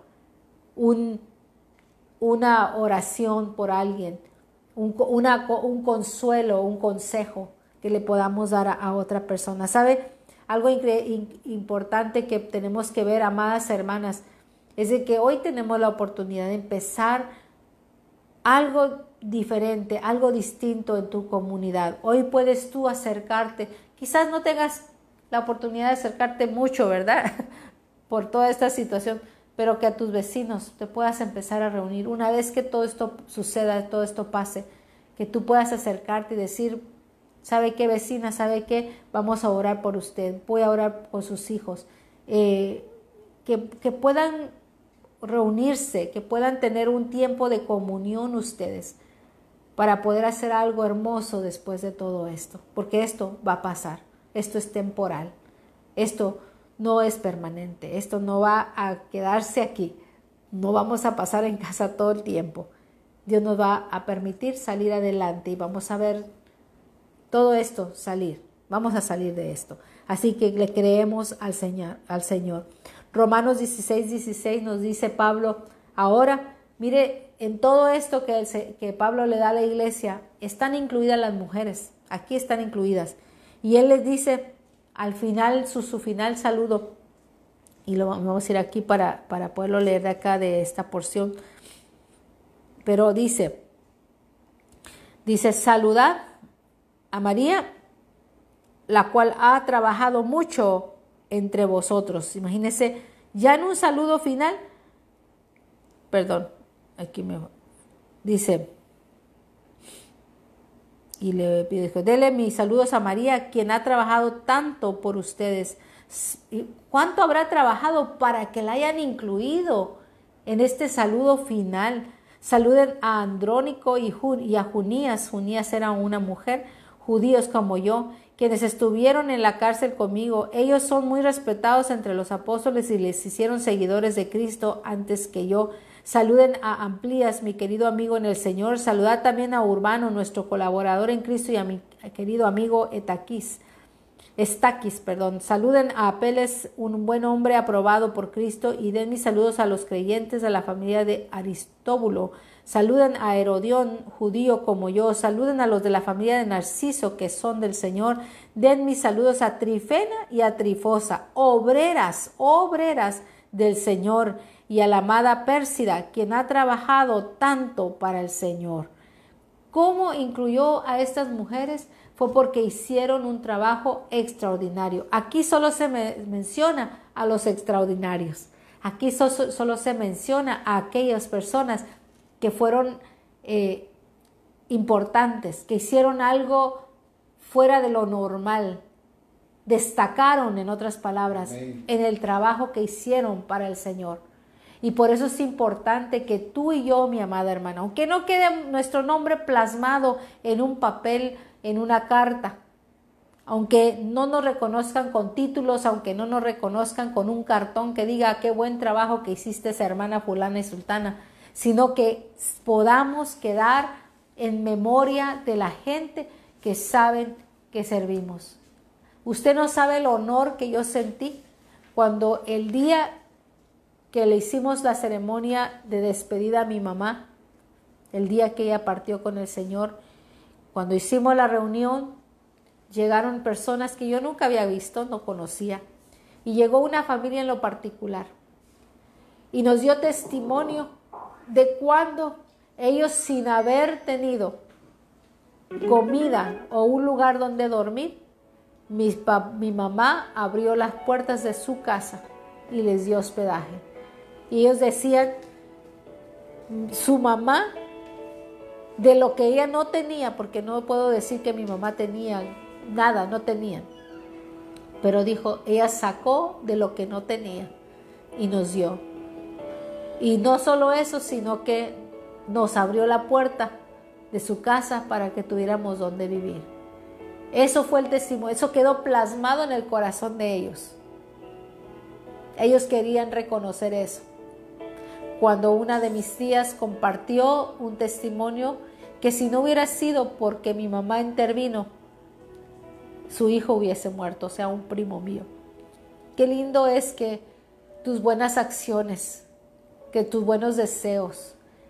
una oración por alguien, un consuelo, un consejo que le podamos dar a otra persona. ¿Sabe? Algo importante que tenemos que ver, amadas hermanas, es de que hoy tenemos la oportunidad de empezar algo diferente, algo distinto en tu comunidad. Hoy puedes tú acercarte, quizás no tengas la oportunidad de acercarte mucho, ¿verdad? Por toda esta situación, pero que a tus vecinos te puedas empezar a reunir. Una vez que todo esto suceda, todo esto pase, que tú puedas acercarte y decir, ¿sabe qué, vecina? ¿Sabe qué? Vamos a orar por usted, voy a orar por sus hijos. Que puedan reunirse, que puedan tener un tiempo de comunión ustedes para poder hacer algo hermoso después de todo esto, porque esto va a pasar, esto es temporal, esto no es permanente, esto no va a quedarse aquí, no vamos a pasar en casa todo el tiempo. Dios nos va a permitir salir adelante y vamos a ver todo esto salir, vamos a salir de esto. Así que le creemos al Señor. Romanos 16 nos dice Pablo, ahora, mire, en todo esto que Pablo le da a la iglesia, están incluidas las mujeres, aquí están incluidas. Y él les dice, al final, su final saludo, y lo vamos a ir aquí para poderlo leer de acá, de esta porción, pero dice, saludad a María, la cual ha trabajado mucho entre vosotros. Imagínense, ya en un saludo final, perdón, aquí me dice, y le pido, dele mis saludos a María, quien ha trabajado tanto por ustedes. ¿Cuánto habrá trabajado para que la hayan incluido en este saludo final? Saluden a Andrónico y a Junías. Junías era una mujer, judíos como yo, quienes estuvieron en la cárcel conmigo. Ellos son muy respetados entre los apóstoles y les hicieron seguidores de Cristo antes que yo. Saluden a Amplias, mi querido amigo en el Señor. Saludad también a Urbano, nuestro colaborador en Cristo, y a mi querido amigo Estaquis. Saluden a Apeles, un buen hombre aprobado por Cristo, y den mis saludos a los creyentes de la familia de Aristóbulo. Saluden a Herodión, judío como yo. Saluden a los de la familia de Narciso, que son del Señor. Den mis saludos a Trifena y a Trifosa, obreras del Señor, y a la amada Pérsida, quien ha trabajado tanto para el Señor. ¿Cómo incluyó a estas mujeres? Fue porque hicieron un trabajo extraordinario. Aquí solo se menciona a los extraordinarios. Aquí solo se menciona a aquellas personas que fueron importantes, que hicieron algo fuera de lo normal. Destacaron, en otras palabras, en el trabajo que hicieron para el Señor. Y por eso es importante que tú y yo, mi amada hermana, aunque no quede nuestro nombre plasmado en un papel, en una carta, aunque no nos reconozcan con títulos, aunque no nos reconozcan con un cartón que diga qué buen trabajo que hiciste esa hermana fulana y sultana, sino que podamos quedar en memoria de la gente que saben que servimos. Usted no sabe el honor que yo sentí cuando el día que le hicimos la ceremonia de despedida a mi mamá, el día que ella partió con el Señor, cuando hicimos la reunión, llegaron personas que yo nunca había visto, no conocía, y llegó una familia en lo particular y nos dio testimonio de cuando ellos, sin haber tenido comida o un lugar donde dormir, mi mamá abrió las puertas de su casa y les dio hospedaje. Y ellos decían, su mamá, de lo que ella no tenía, porque no puedo decir que mi mamá tenía nada, no tenía, pero dijo, ella sacó de lo que no tenía y nos dio. Y no solo eso, sino que nos abrió la puerta de su casa para que tuviéramos donde vivir. Eso fue el testimonio, eso quedó plasmado en el corazón de ellos. Ellos querían reconocer eso. Cuando una de mis tías compartió un testimonio que si no hubiera sido porque mi mamá intervino, su hijo hubiese muerto, o sea, un primo mío. Qué lindo es que tus buenas acciones, que tus buenos deseos,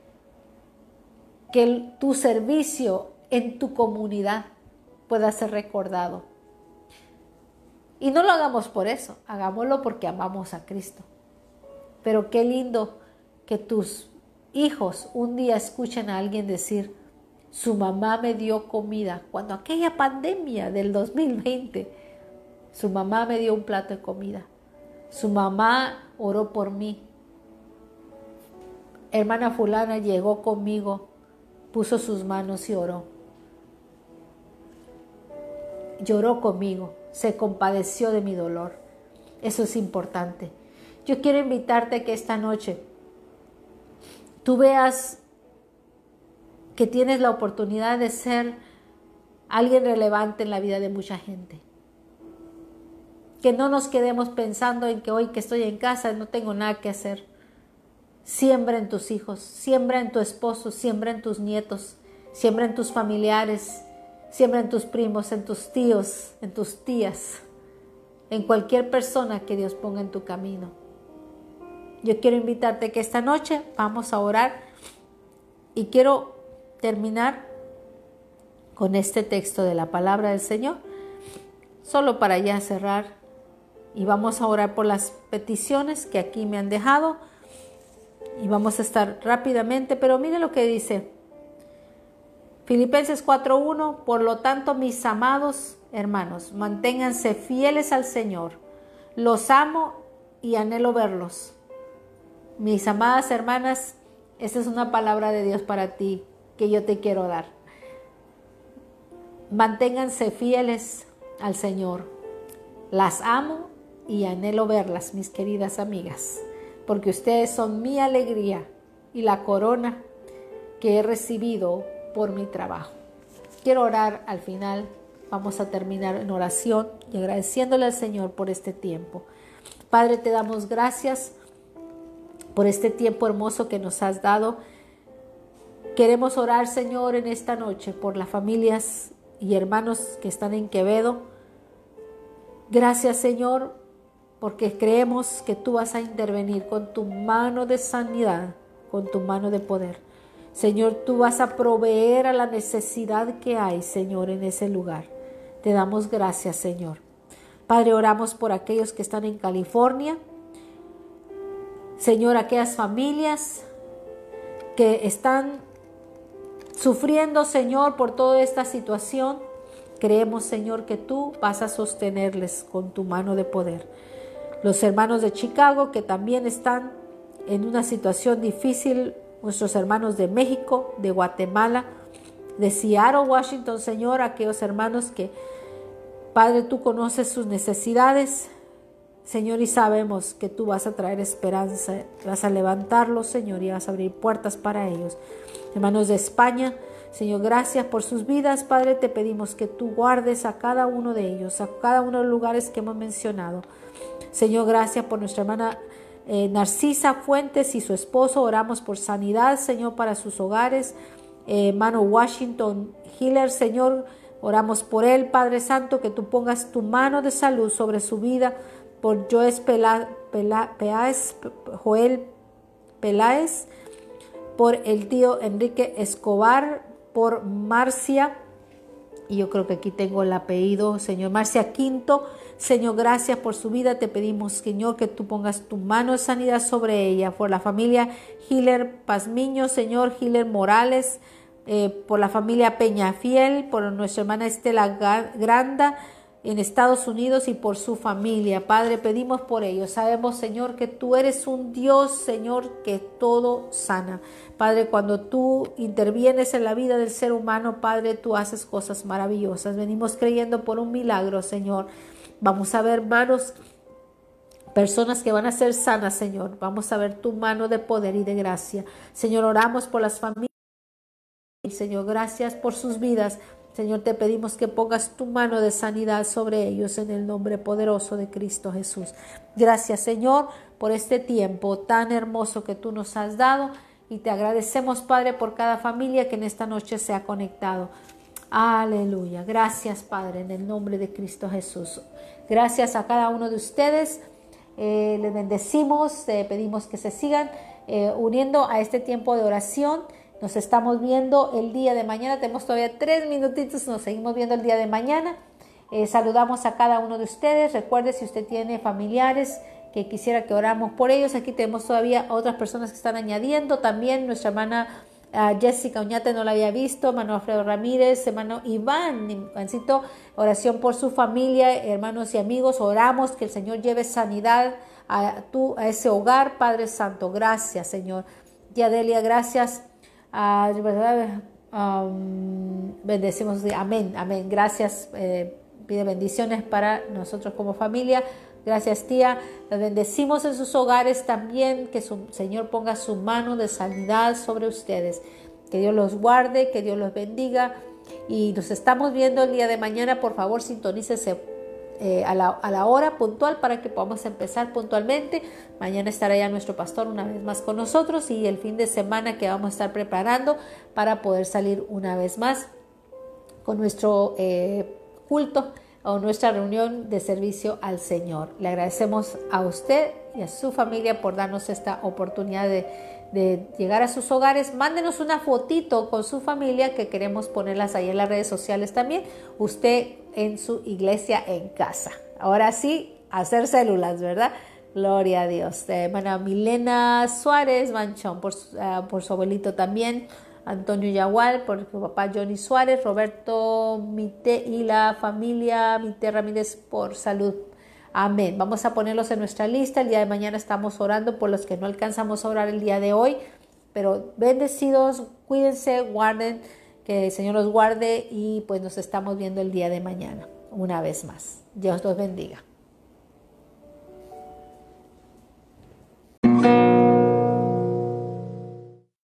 que tu servicio en tu comunidad pueda ser recordado. Y no lo hagamos por eso, hagámoslo porque amamos a Cristo. Pero qué lindo que tus hijos un día escuchen a alguien decir, su mamá me dio comida. Cuando aquella pandemia del 2020, su mamá me dio un plato de comida. Su mamá oró por mí. Hermana fulana llegó conmigo, puso sus manos y oró. Lloró conmigo, se compadeció de mi dolor. Eso es importante. Yo quiero invitarte a que esta noche tú veas que tienes la oportunidad de ser alguien relevante en la vida de mucha gente. Que no nos quedemos pensando en que hoy que estoy en casa no tengo nada que hacer. Siembra en tus hijos, siembra en tu esposo, siembra en tus nietos, siembra en tus familiares, siembra en tus primos, en tus tíos, en tus tías, en cualquier persona que Dios ponga en tu camino. Yo quiero invitarte que esta noche vamos a orar y quiero terminar con este texto de la palabra del Señor, solo para ya cerrar, y vamos a orar por las peticiones que aquí me han dejado y vamos a estar rápidamente, pero mire lo que dice Filipenses 4:1, por lo tanto, mis amados hermanos, manténganse fieles al Señor, los amo y anhelo verlos. Mis amadas hermanas, esta es una palabra de Dios para ti que yo te quiero dar. Manténganse fieles al Señor. Las amo y anhelo verlas, mis queridas amigas, porque ustedes son mi alegría y la corona que he recibido por mi trabajo. Quiero orar al final. Vamos a terminar en oración y agradeciéndole al Señor por este tiempo. Padre, te damos gracias por este tiempo hermoso que nos has dado. Queremos orar, Señor, en esta noche por las familias y hermanos que están en Quevedo. Gracias, Señor, porque creemos que tú vas a intervenir con tu mano de sanidad, con tu mano de poder. Señor, tú vas a proveer a la necesidad que hay, Señor, en ese lugar. Te damos gracias, Señor. Padre, oramos por aquellos que están en California. Señor, aquellas familias que están sufriendo, Señor, por toda esta situación. Creemos, Señor, que tú vas a sostenerles con tu mano de poder. Los hermanos de Chicago que también están en una situación difícil, nuestros hermanos de México, de Guatemala, de Seattle, Washington, Señor, aquellos hermanos que, Padre, tú conoces sus necesidades, Señor, y sabemos que tú vas a traer esperanza, vas a levantarlos, Señor, y vas a abrir puertas para ellos. Hermanos de España, Señor, gracias por sus vidas, Padre, te pedimos que tú guardes a cada uno de ellos, a cada uno de los lugares que hemos mencionado. Señor, gracias por nuestra hermana Narcisa Fuentes y su esposo, oramos por sanidad, Señor, para sus hogares. Hermano Washington Hiller, Señor, oramos por él, Padre Santo, que tú pongas tu mano de salud sobre su vida. Por Joel Peláez, por el tío Enrique Escobar, por Marcia, y yo creo que aquí tengo el apellido, Señor, Marcia Quinto. Señor, gracias por su vida. Te pedimos, Señor, que tú pongas tu mano de sanidad sobre ella. Por la familia Hiller Pazmiño, Señor, Hiller Morales, por la familia Peñafiel, por nuestra hermana Estela Granda en Estados Unidos y por su familia. Padre, pedimos por ellos. Sabemos, Señor, que tú eres un Dios, Señor, que todo sana. Padre, cuando tú intervienes en la vida del ser humano, Padre, tú haces cosas maravillosas. Venimos creyendo por un milagro, Señor. Vamos a ver manos, personas que van a ser sanas, Señor. Vamos a ver tu mano de poder y de gracia. Señor, oramos por las familias. Señor, gracias por sus vidas. Señor, te pedimos que pongas tu mano de sanidad sobre ellos en el nombre poderoso de Cristo Jesús. Gracias, Señor, por este tiempo tan hermoso que tú nos has dado y te agradecemos, Padre, por cada familia que en esta noche se ha conectado. Aleluya. Gracias, Padre, en el nombre de Cristo Jesús. Gracias a cada uno de ustedes. Les bendecimos, pedimos que se sigan uniendo a este tiempo de oración. Nos estamos viendo el día de mañana. Tenemos todavía 3 minutitos. Nos seguimos viendo el día de mañana. Saludamos a cada uno de ustedes. Recuerde, si usted tiene familiares que quisiera que oramos por ellos. Aquí tenemos todavía otras personas que están añadiendo. También nuestra hermana Jessica Oñate, no la había visto. Hermano Alfredo Ramírez. Hermano Ivancito, oración por su familia. Hermanos y amigos, oramos que el Señor lleve sanidad a ese hogar. Padre Santo, gracias, Señor. Tía Delia, gracias. Bendecimos, amén, amén. Gracias, pide bendiciones para nosotros como familia. Gracias, tía. Los bendecimos en sus hogares también. Que su Señor ponga su mano de sanidad sobre ustedes. Que Dios los guarde, que Dios los bendiga. Y nos estamos viendo el día de mañana. Por favor, sintonícese a la hora puntual para que podamos empezar puntualmente. Mañana estará ya nuestro pastor una vez más con nosotros y el fin de semana que vamos a estar preparando para poder salir una vez más con nuestro culto o nuestra reunión de servicio al Señor. Le agradecemos a usted y a su familia por darnos esta oportunidad de llegar a sus hogares. Mándenos una fotito con su familia que queremos ponerlas ahí en las redes sociales también. Usted en su iglesia en casa. Ahora sí, hacer células, ¿verdad? Gloria a Dios. Hermana Milena Suárez Manchón, por su abuelito también. Antonio Yagual, por su papá Johnny Suárez. Roberto Mite y la familia Mite Ramírez por salud. Amén. Vamos a ponerlos en nuestra lista. El día de mañana estamos orando por los que no alcanzamos a orar el día de hoy. Pero bendecidos, cuídense, guarden, que el Señor los guarde y pues nos estamos viendo el día de mañana una vez más. Dios los bendiga.